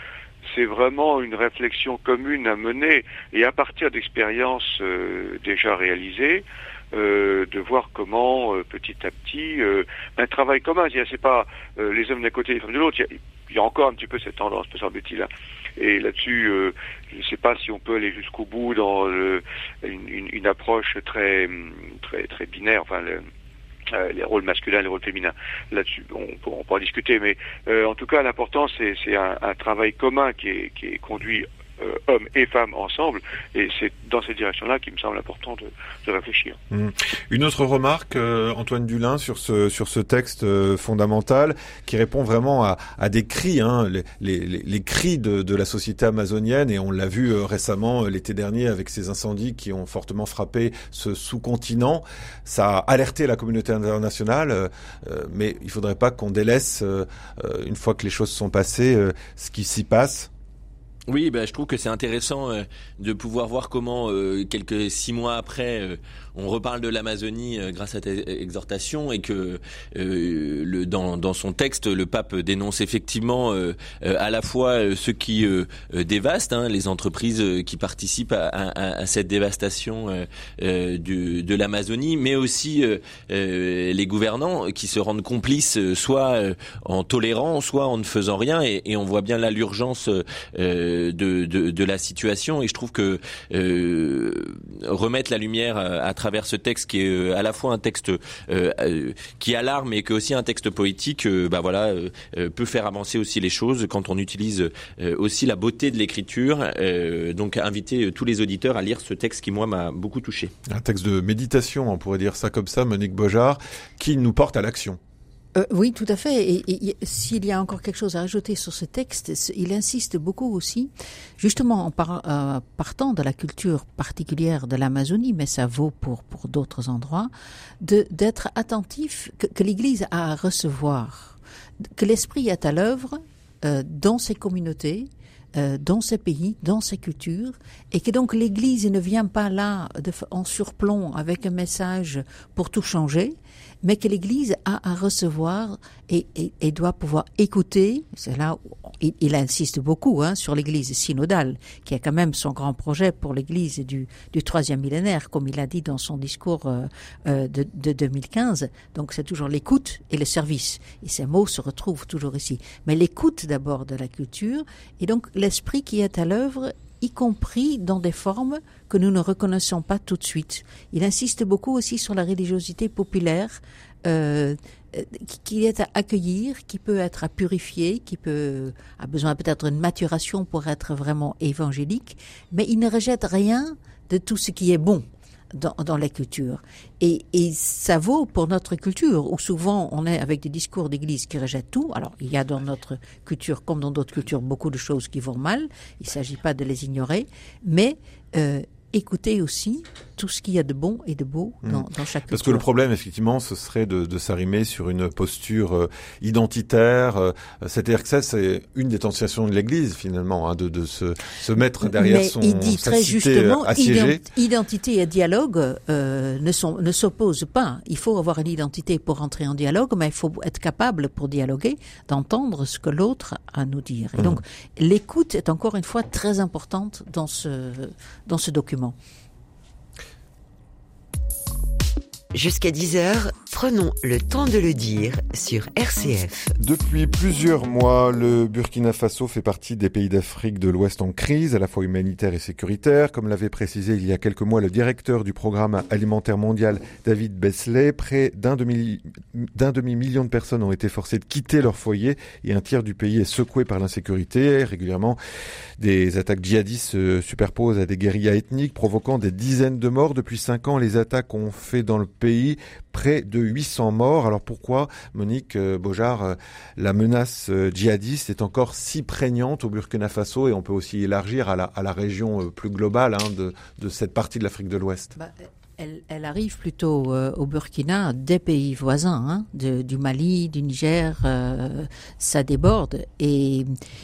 c'est vraiment une réflexion commune à mener et à partir d'expériences euh, déjà réalisées, euh, de voir comment euh, petit à petit euh, un travail commun. C'est, c'est pas euh, les hommes d'un côté et les femmes de l'autre. Il y a, il y a encore un petit peu cette tendance, me semble-t-il. Hein. Et là-dessus, euh, je ne sais pas si on peut aller jusqu'au bout dans le, une, une, une approche très très très binaire. Enfin. Le, Euh, les rôles masculins, les rôles féminins. Là-dessus, on, on pourra discuter, mais euh, en tout cas, l'important, c'est, c'est un, un travail commun qui est, qui est conduit euh, hommes et femmes ensemble, et c'est dans cette direction-là qu'il me semble important de, de réfléchir. Mmh. Une autre remarque, euh, Antoine Dulin, sur ce sur ce texte euh, fondamental qui répond vraiment à, à des cris, hein, les, les, les cris de, de la société amazonienne, et on l'a vu euh, récemment euh, l'été dernier avec ces incendies qui ont fortement frappé ce sous-continent. Ça a alerté la communauté internationale, euh, euh, mais il faudrait pas qu'on délaisse, euh, euh, une fois que les choses sont passées, euh, ce qui s'y passe. Oui, ben, je trouve que c'est intéressant euh, de pouvoir voir comment, euh, quelques six mois après, euh, on reparle de l'Amazonie euh, grâce à cette exhortation, et que euh, le, dans, dans son texte, le pape dénonce effectivement euh, euh, à la fois euh, ceux qui euh, euh, dévastent, hein, les entreprises euh, qui participent à, à, à cette dévastation euh, euh, du, de l'Amazonie, mais aussi euh, euh, les gouvernants qui se rendent complices, euh, soit euh, en tolérant, soit en ne faisant rien, et, et on voit bien là l'urgence euh, De, de, de la situation, et je trouve que euh, remettre la lumière à, à travers ce texte qui est à la fois un texte euh, euh, qui alarme et qui est aussi un texte poétique, euh, bah voilà, euh, peut faire avancer aussi les choses quand on utilise euh, aussi la beauté de l'écriture. Euh, donc inviter tous les auditeurs à lire ce texte qui moi m'a beaucoup touché. Un texte de méditation, on pourrait dire ça comme ça, Monique Beaujard, qui nous porte à l'action. Euh, oui, tout à fait. Et, et, et s'il y a encore quelque chose à ajouter sur ce texte, il insiste beaucoup aussi, justement en par, euh, partant de la culture particulière de l'Amazonie, mais ça vaut pour pour d'autres endroits, de d'être attentif que, que l'Église a à recevoir, que l'Esprit est à l'œuvre euh, dans ces communautés, euh, dans ces pays, dans ces cultures, et que donc l'Église ne vient pas là de, en surplomb avec un message pour tout changer, mais que l'Église a à recevoir et, et, et doit pouvoir écouter. C'est là où il, il insiste beaucoup hein, sur l'Église synodale, qui a quand même son grand projet pour l'Église du, du troisième millénaire, comme il a dit dans son discours euh, euh, de, de deux mille quinze. Donc c'est toujours l'écoute et le service. Et ces mots se retrouvent toujours ici. Mais l'écoute d'abord de la culture, et donc l'esprit qui est à l'œuvre, y compris dans des formes que nous ne reconnaissons pas tout de suite. Il insiste beaucoup aussi sur la religiosité populaire, euh, qui est à accueillir, qui peut être à purifier, qui peut a besoin peut-être d'une maturation pour être vraiment évangélique, mais il ne rejette rien de tout ce qui est bon dans, dans la culture. Et, et ça vaut pour notre culture, où souvent on est avec des discours d'église qui rejettent tout. Alors, il y a dans notre culture, comme dans d'autres cultures, beaucoup de choses qui vont mal. Il ne s'agit pas de les ignorer, mais euh, écoutez aussi tout ce qu'il y a de bon et de beau dans, mmh. dans chaque culture. Parce que le problème, effectivement, ce serait de, de s'arrimer sur une posture euh, identitaire. Euh, c'est-à-dire que ça, c'est une des tentations de l'Église, finalement, hein, de, de se, se mettre derrière Mais son il dit sa très cité justement, assiégée. Identité et dialogue euh, ne, sont, ne s'opposent pas. Il faut avoir une identité pour entrer en dialogue, mais il faut être capable, pour dialoguer, d'entendre ce que l'autre a à nous dire. Et mmh. donc, l'écoute est encore une fois très importante dans ce, dans ce document. Jusqu'à dix heures, prenons le temps de le dire sur R C F. Depuis plusieurs mois, le Burkina Faso fait partie des pays d'Afrique de l'Ouest en crise, à la fois humanitaire et sécuritaire. Comme l'avait précisé il y a quelques mois le directeur du programme alimentaire mondial, David Beasley, près d'un demi, d'un demi-million de personnes ont été forcées de quitter leur foyer et un tiers du pays est secoué par l'insécurité. Régulièrement, des attaques djihadistes se superposent à des guérillas ethniques, provoquant des dizaines de morts. Depuis cinq ans, les attaques ont fait dans le pays près de huit cents morts. Alors pourquoi, Monique Beaujard, la menace djihadiste est encore si prégnante au Burkina Faso, et on peut aussi élargir à la, à la région plus globale hein, de, de cette partie de l'Afrique de l'Ouest? Bah, elle, elle arrive plutôt euh, au Burkina des pays voisins, hein, de, du Mali, du Niger, euh, ça déborde. Et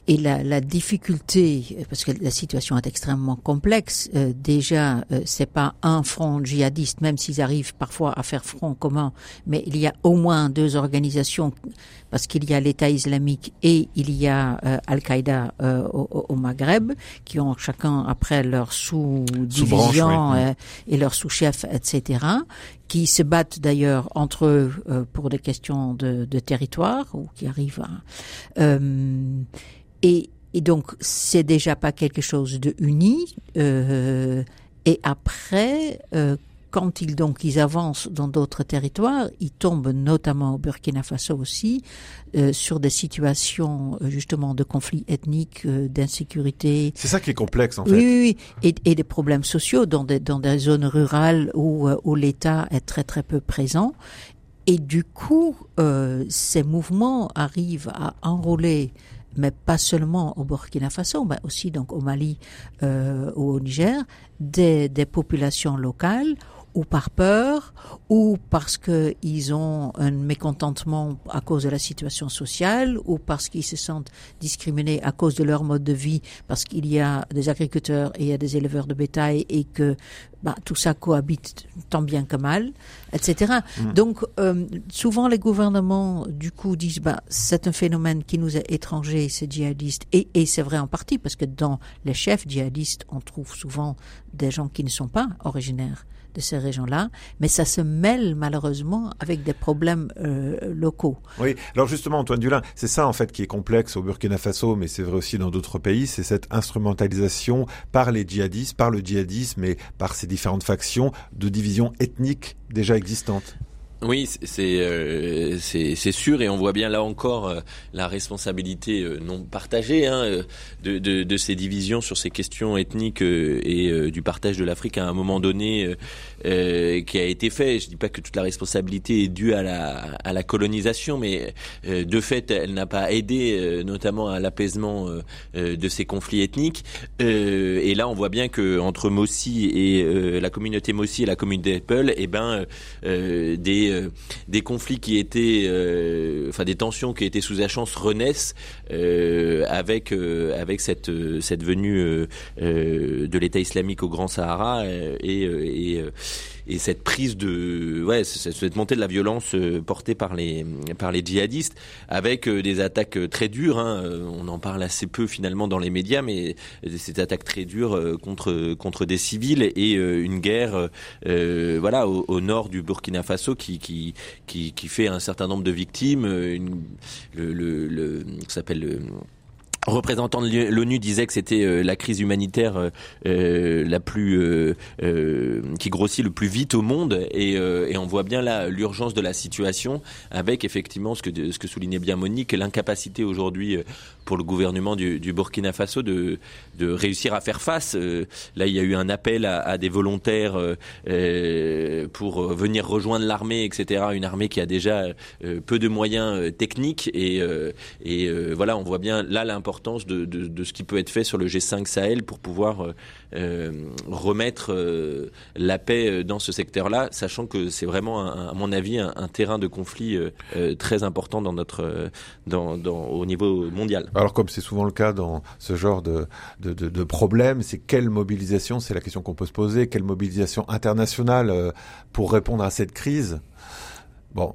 et la, la difficulté, parce que la situation est extrêmement complexe, euh, déjà, euh, c'est pas un front djihadiste, même s'ils arrivent parfois à faire front commun, mais il y a au moins deux organisations, parce qu'il y a l'État islamique et il y a euh, Al-Qaïda euh, au, au Maghreb, qui ont chacun après leur sous-division oui. euh, et leur sous-chef, et cetera, qui se battent d'ailleurs entre eux euh, pour des questions de, de territoire, ou qui arrivent à... Euh, et, et donc, c'est déjà pas quelque chose de uni. Euh, et après... Euh, Quand ils donc ils avancent dans d'autres territoires, ils tombent notamment au Burkina Faso aussi euh, sur des situations justement de conflits ethniques, euh, d'insécurité. C'est ça qui est complexe en fait. Oui, oui, oui. Et, et des problèmes sociaux dans des dans des zones rurales où où l'État est très très peu présent. Et du coup, euh, ces mouvements arrivent à enrôler, mais pas seulement au Burkina Faso, mais aussi donc au Mali euh, ou au Niger, des des populations locales, ou par peur, ou parce que ils ont un mécontentement à cause de la situation sociale, ou parce qu'ils se sentent discriminés à cause de leur mode de vie, parce qu'il y a des agriculteurs et il y a des éleveurs de bétail, et que bah, tout ça cohabite tant bien que mal, et cetera. Mmh. Donc, euh, souvent les gouvernements, du coup, disent bah c'est un phénomène qui nous est étranger, c'est djihadiste, et, et c'est vrai en partie, parce que dans les chefs djihadistes, on trouve souvent des gens qui ne sont pas originaires de ces régions-là, mais ça se mêle malheureusement avec des problèmes euh, locaux. Oui, alors justement Antoine Dulin, c'est ça en fait qui est complexe au Burkina Faso, mais c'est vrai aussi dans d'autres pays, c'est cette instrumentalisation par les djihadistes, par le djihadisme et par ces différentes factions de divisions ethniques déjà existantes. Oui, c'est euh, c'est c'est sûr, et on voit bien là encore euh, la responsabilité euh, non partagée hein, de, de de ces divisions sur ces questions ethniques euh, et euh, du partage de l'Afrique à un moment donné euh, euh, qui a été fait. Je dis pas que toute la responsabilité est due à la à la colonisation, mais euh, de fait, elle n'a pas aidé euh, notamment à l'apaisement euh, de ces conflits ethniques. Euh, et là, on voit bien que entre Mossi et euh, la communauté Mossi et la communauté Peul, eh ben euh, des Euh, des conflits qui étaient, euh, enfin des tensions qui étaient sous Achance renaissent euh, avec euh, avec cette cette venue euh, euh, de l'État islamique au Grand Sahara euh, et et euh, et cette prise de ouais cette montée de la violence euh, portée par les par les djihadistes avec euh, des attaques très dures hein, on en parle assez peu finalement dans les médias, mais ces attaques très dures euh, contre contre des civils et euh, une guerre euh, voilà au, au nord du Burkina Faso qui qui qui qui fait un certain nombre de victimes, une, le le le ça s'appelle le représentant de l'ONU disait que c'était euh, la crise humanitaire euh, la plus euh, euh, qui grossit le plus vite au monde, et, euh, et on voit bien là l'urgence de la situation avec effectivement ce que ce que soulignait bien Monique, l'incapacité aujourd'hui pour le gouvernement du, du Burkina Faso de de réussir à faire face. Euh, là, il y a eu un appel à, à des volontaires euh, pour venir rejoindre l'armée, et cetera. Une armée qui a déjà euh, peu de moyens euh, techniques, et euh, et euh, voilà, on voit bien là l'importance De, de, de ce qui peut être fait sur le G cinq Sahel pour pouvoir euh, remettre euh, la paix dans ce secteur-là, sachant que c'est vraiment, un, à mon avis, un, un terrain de conflit euh, très important dans notre, dans, dans, au niveau mondial. Alors, comme c'est souvent le cas dans ce genre de, de, de, de problème, c'est quelle mobilisation, c'est la question qu'on peut se poser, quelle mobilisation internationale euh, pour répondre à cette crise? Bon.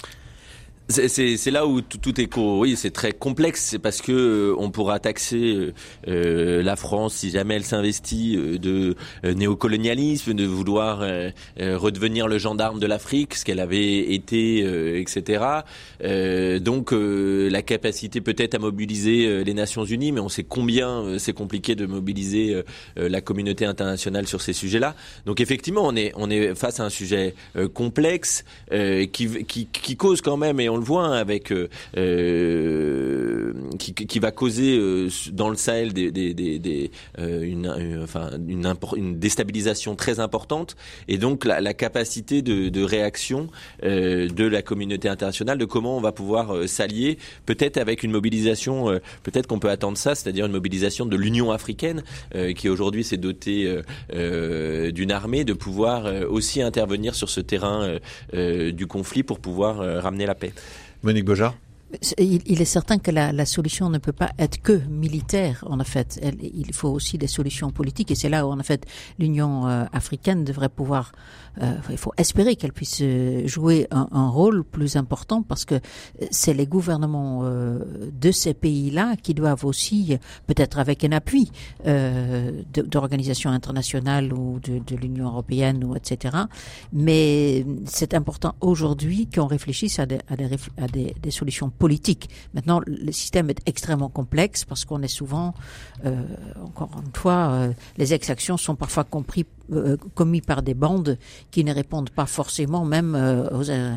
C'est, c'est, c'est là où tout, tout est co- oui, c'est très complexe. C'est parce que euh, on pourra taxer euh, la France, si jamais elle s'investit, euh, de euh, néocolonialisme, de vouloir euh, euh, redevenir le gendarme de l'Afrique, ce qu'elle avait été, euh, et cetera. Euh, donc euh, la capacité peut-être à mobiliser euh, les Nations Unies, mais on sait combien euh, c'est compliqué de mobiliser euh, la communauté internationale sur ces sujets-là. Donc effectivement, on est on est face à un sujet euh, complexe euh, qui, qui qui cause quand même, et on le voit hein, avec euh, euh, qui, qui va causer euh, dans le Sahel des, des, des, des euh, une, une enfin une, impor- une déstabilisation très importante, et donc la, la capacité de, de réaction euh, de la communauté internationale, de comment on va pouvoir euh, s'allier, peut-être avec une mobilisation, euh, peut-être qu'on peut attendre ça, c'est-à-dire une mobilisation de l'Union africaine euh, qui aujourd'hui s'est dotée euh, euh, d'une armée, de pouvoir euh, aussi intervenir sur ce terrain euh, euh, du conflit pour pouvoir euh, ramener la paix. Monique Beaujard. Il, il est certain que la, la solution ne peut pas être que militaire, en fait. Elle, il faut aussi des solutions politiques, et c'est là où, en fait, l'Union euh, africaine devrait pouvoir, euh, il faut espérer qu'elle puisse jouer un, un rôle plus important, parce que c'est les gouvernements euh, de ces pays-là qui doivent aussi, peut-être avec un appui euh, d'organisations internationales ou de, de l'Union européenne, ou et cetera. Mais c'est important aujourd'hui qu'on réfléchisse à des, à des, à des, des solutions politique. Maintenant, le système est extrêmement complexe parce qu'on est souvent, euh, encore une fois, euh, les exactions sont parfois compris, euh, commis par des bandes qui ne répondent pas forcément même euh, aux, euh,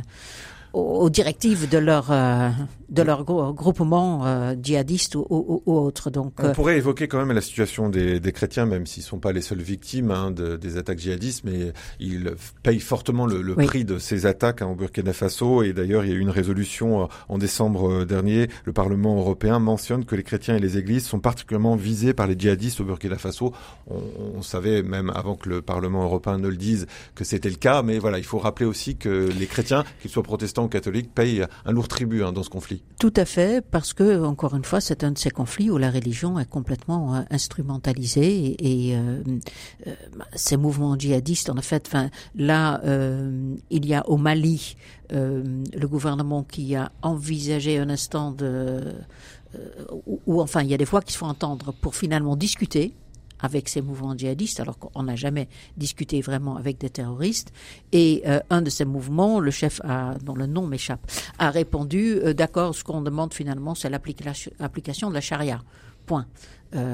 aux directives de leur euh, de leur groupement euh, djihadiste ou, ou, ou autre. Donc, on euh, pourrait évoquer quand même la situation des, des chrétiens, même s'ils sont pas les seules victimes hein, de, des attaques djihadistes, mais ils payent fortement le, le oui. prix de ces attaques hein, au Burkina Faso. Et d'ailleurs, il y a eu une résolution euh, en décembre dernier. Le Parlement européen mentionne que les chrétiens et les églises sont particulièrement visés par les djihadistes au Burkina Faso. On, on savait même avant que le Parlement européen ne le dise que c'était le cas, mais voilà, il faut rappeler aussi que les chrétiens, qu'ils soient protestants ou catholiques, payent un lourd tribut hein, dans ce conflit. Tout à fait, parce que, encore une fois, c'est un de ces conflits où la religion est complètement euh, instrumentalisée et, et euh, euh, ces mouvements djihadistes, en fait, enfin, là, euh, il y a au Mali euh, le gouvernement qui a envisagé un instant de... Euh, où, où, enfin, il y a des voix qui se font entendre pour finalement discuter avec ces mouvements djihadistes, alors qu'on n'a jamais discuté vraiment avec des terroristes. Et euh, un de ces mouvements, le chef, a, dont le nom m'échappe, a répondu euh, « D'accord, ce qu'on demande finalement, c'est l'application de la charia. Point. Euh, »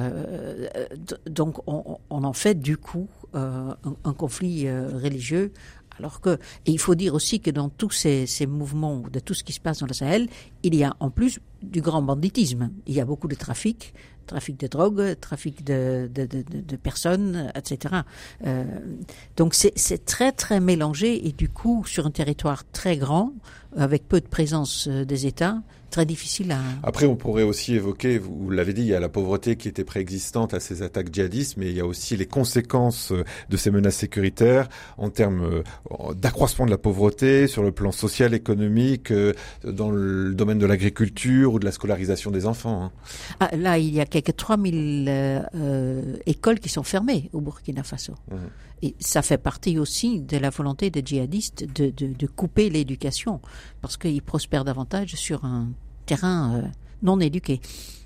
Donc, on, on en fait du coup euh, un, un conflit euh, religieux. Alors que, et il faut dire aussi que dans tous ces, ces mouvements, de tout ce qui se passe dans le Sahel, il y a en plus du grand banditisme. Il y a beaucoup de trafic, trafic de drogue, trafic de, de, de, de personnes, et cetera. Euh, donc c'est, c'est très très mélangé et du coup, sur un territoire très grand, avec peu de présence des États, très difficile à... Après, on pourrait aussi évoquer, vous l'avez dit, il y a la pauvreté qui était préexistante à ces attaques djihadistes, mais il y a aussi les conséquences de ces menaces sécuritaires en termes d'accroissement de la pauvreté sur le plan social, économique, dans le domaine de l'agriculture ou de la scolarisation des enfants. Hein. Ah, là, il y a quelques trois mille euh, écoles qui sont fermées au Burkina Faso. Mmh. Et ça fait partie aussi de la volonté des djihadistes de, de, de couper l'éducation parce qu'ils prospèrent davantage sur un terrain euh, non éduqué.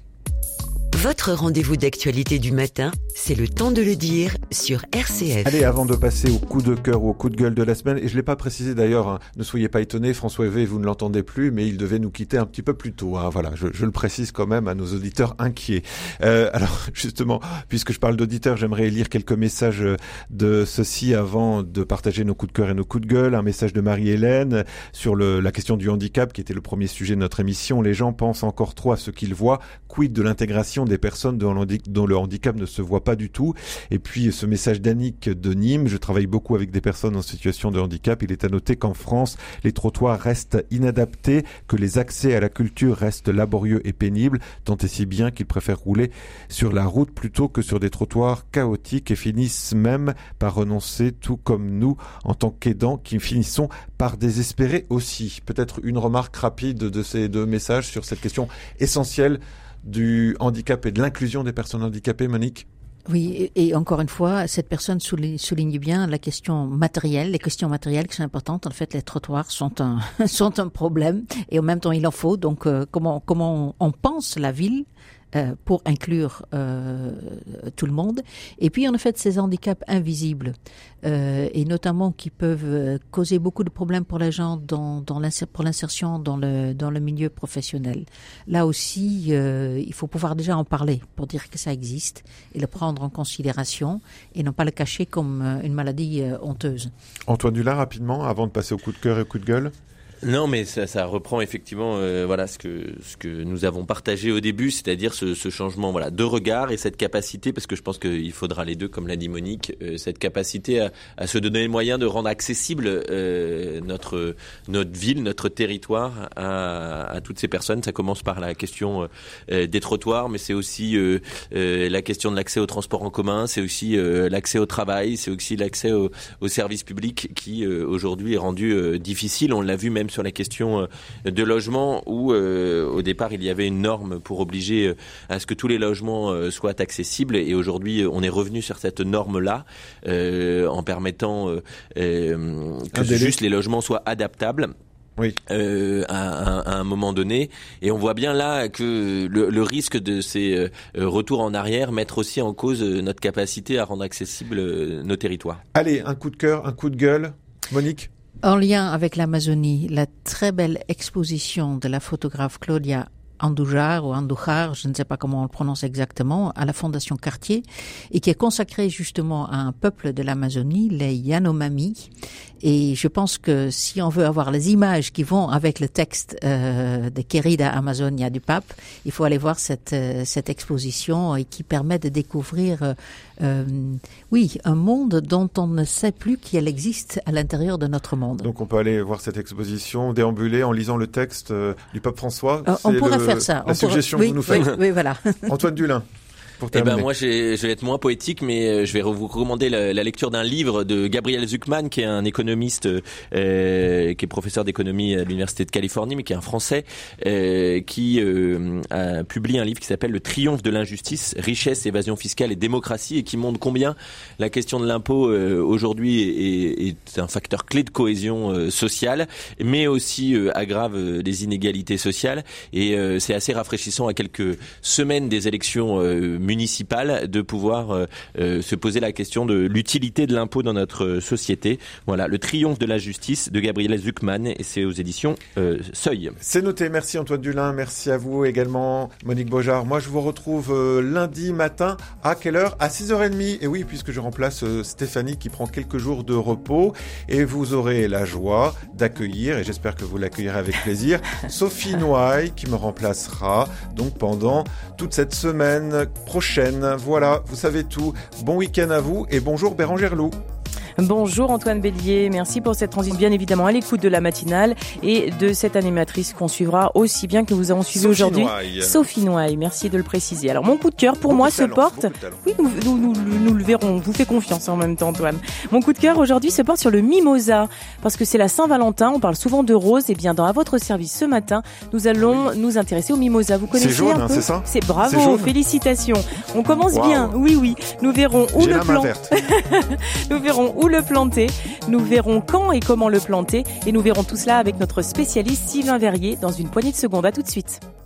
Votre rendez-vous d'actualité du matin, c'est le temps de le dire sur R C F. Allez, avant de passer au coup de cœur ou au coup de gueule de la semaine, et je ne l'ai pas précisé d'ailleurs, hein, ne soyez pas étonnés, François Hervé, vous ne l'entendez plus, mais il devait nous quitter un petit peu plus tôt. Hein, voilà, je, je le précise quand même à nos auditeurs inquiets. Euh, alors, justement, puisque je parle d'auditeurs, j'aimerais lire quelques messages de ceux-ci avant de partager nos coups de cœur et nos coups de gueule. Un message de Marie-Hélène sur le, la question du handicap, qui était le premier sujet de notre émission. Les gens pensent encore trop à ce qu'ils voient. Quid de l'intégration des personnes dont le handicap ne se voit pas du tout. Et puis ce message d'Annick de Nîmes, je travaille beaucoup avec des personnes en situation de handicap. Il est à noter qu'en France, les trottoirs restent inadaptés, que les accès à la culture restent laborieux et pénibles, tant et si bien qu'ils préfèrent rouler sur la route plutôt que sur des trottoirs chaotiques et finissent même par renoncer, tout comme nous, en tant qu'aidants, qui finissons par désespérer aussi. Peut-être une remarque rapide de ces deux messages sur cette question essentielle du handicap et de l'inclusion des personnes handicapées, Monique? Oui, et encore une fois, cette personne souligne, souligne bien la question matérielle, les questions matérielles qui sont importantes. En fait, les trottoirs sont un sont un problème et en même temps il en faut. Donc, euh, comment comment on pense la ville euh, pour inclure euh, tout le monde. Et puis, en fait, ces handicaps invisibles euh, et notamment qui peuvent causer beaucoup de problèmes pour les gens dans, dans l'inser- pour l'insertion dans le dans le milieu professionnel. Là aussi, euh, il faut pouvoir déjà en parler pour dire que ça existe et le prendre en considération et non pas le cacher comme une maladie euh, honteuse. Antoine Dulard, rapidement, avant de passer au coup de cœur et au coup de gueule. Non, mais ça, ça reprend effectivement, euh, voilà, ce que ce que nous avons partagé au début, c'est-à-dire ce, ce changement, voilà, de regard et cette capacité, parce que je pense qu'il faudra les deux, comme l'a dit Monique, euh, cette capacité à, à se donner les moyens de rendre accessible euh, notre notre ville, notre territoire à, à toutes ces personnes. Ça commence par la question euh, des trottoirs, mais c'est aussi euh, euh, la question de l'accès au transport en commun, c'est aussi euh, l'accès au travail, c'est aussi l'accès au, au service public qui euh, aujourd'hui est rendu euh, difficile. On l'a vu même sur la question de logement où euh, au départ il y avait une norme pour obliger euh, à ce que tous les logements euh, soient accessibles, et aujourd'hui on est revenu sur cette norme-là euh, en permettant euh, euh, que juste les logements soient adaptables. Oui. Euh, à, à, à un moment donné, et on voit bien là que le, le risque de ces euh, retours en arrière mettre aussi en cause notre capacité à rendre accessibles euh, nos territoires. Allez, un coup de cœur, un coup de gueule, Monique. En lien avec l'Amazonie, la très belle exposition de la photographe Claudia Andújar ou Andújar, je ne sais pas comment on le prononce exactement, à la Fondation Cartier, et qui est consacrée justement à un peuple de l'Amazonie, les Yanomami. Et je pense que si on veut avoir les images qui vont avec le texte euh, de Querida Amazonia du pape, il faut aller voir cette euh, cette exposition et qui permet de découvrir, euh, oui, un monde dont on ne sait plus qu'il existe à l'intérieur de notre monde. Donc on peut aller voir cette exposition, déambuler en lisant le texte euh, du pape François. Euh, on pourrait le, faire ça. La on suggestion pourrait... que oui, vous nous faites. Oui, oui, voilà. Antoine Dulin. Eh ben moi, j'ai, je vais être moins poétique, mais je vais vous recommander la, la lecture d'un livre de Gabriel Zucman, qui est un économiste, euh, qui est professeur d'économie à l'université de Californie, mais qui est un Français, euh, qui euh, a publié un livre qui s'appelle Le triomphe de l'injustice, richesse, évasion fiscale et démocratie, et qui montre combien la question de l'impôt euh, aujourd'hui est, est un facteur clé de cohésion euh, sociale, mais aussi euh, aggrave euh, les inégalités sociales. Et euh, c'est assez rafraîchissant à quelques semaines des élections euh, municipale de pouvoir euh, euh, se poser la question de l'utilité de l'impôt dans notre société. Voilà, Le triomphe de la justice de Gabriel Zucman, et c'est aux éditions euh, Seuil. C'est noté, merci Antoine Dulin, merci à vous également Monique Beaujard. Moi je vous retrouve euh, lundi matin à quelle heure ? À six heures trente. Et oui, puisque je remplace euh, Stéphanie qui prend quelques jours de repos, et vous aurez la joie d'accueillir, et j'espère que vous l'accueillerez avec plaisir, Sophie Noailles qui me remplacera donc pendant toute cette semaine prochaine. Voilà, vous savez tout. Bon week-end à vous et bonjour Bérangère Loup. Bonjour Antoine Bélier, merci pour cette transition, bien évidemment à l'écoute de la matinale et de cette animatrice qu'on suivra aussi bien que nous avons suivi Sophie aujourd'hui, Noailles. Sophie Noailles, merci de le préciser. Alors mon coup de cœur pour Beaucoup moi de se talent, porte, oui nous, nous, nous, nous le verrons, je vous fais confiance en même temps Antoine. Mon coup de cœur aujourd'hui se porte sur le mimosa, parce que c'est la Saint-Valentin, on parle souvent de rose, et bien dans À votre service ce matin, nous allons oui. nous intéresser au mimosa. Vous connaissez c'est jaune, un peu hein, c'est ça C'est bravo, c'est félicitations. On commence wow. bien, oui oui, nous verrons où J'ai le planter. Nous verrons où le planter. Nous verrons quand et comment le planter, et nous verrons tout cela avec notre spécialiste Sylvain Verrier dans une poignée de secondes. À tout de suite.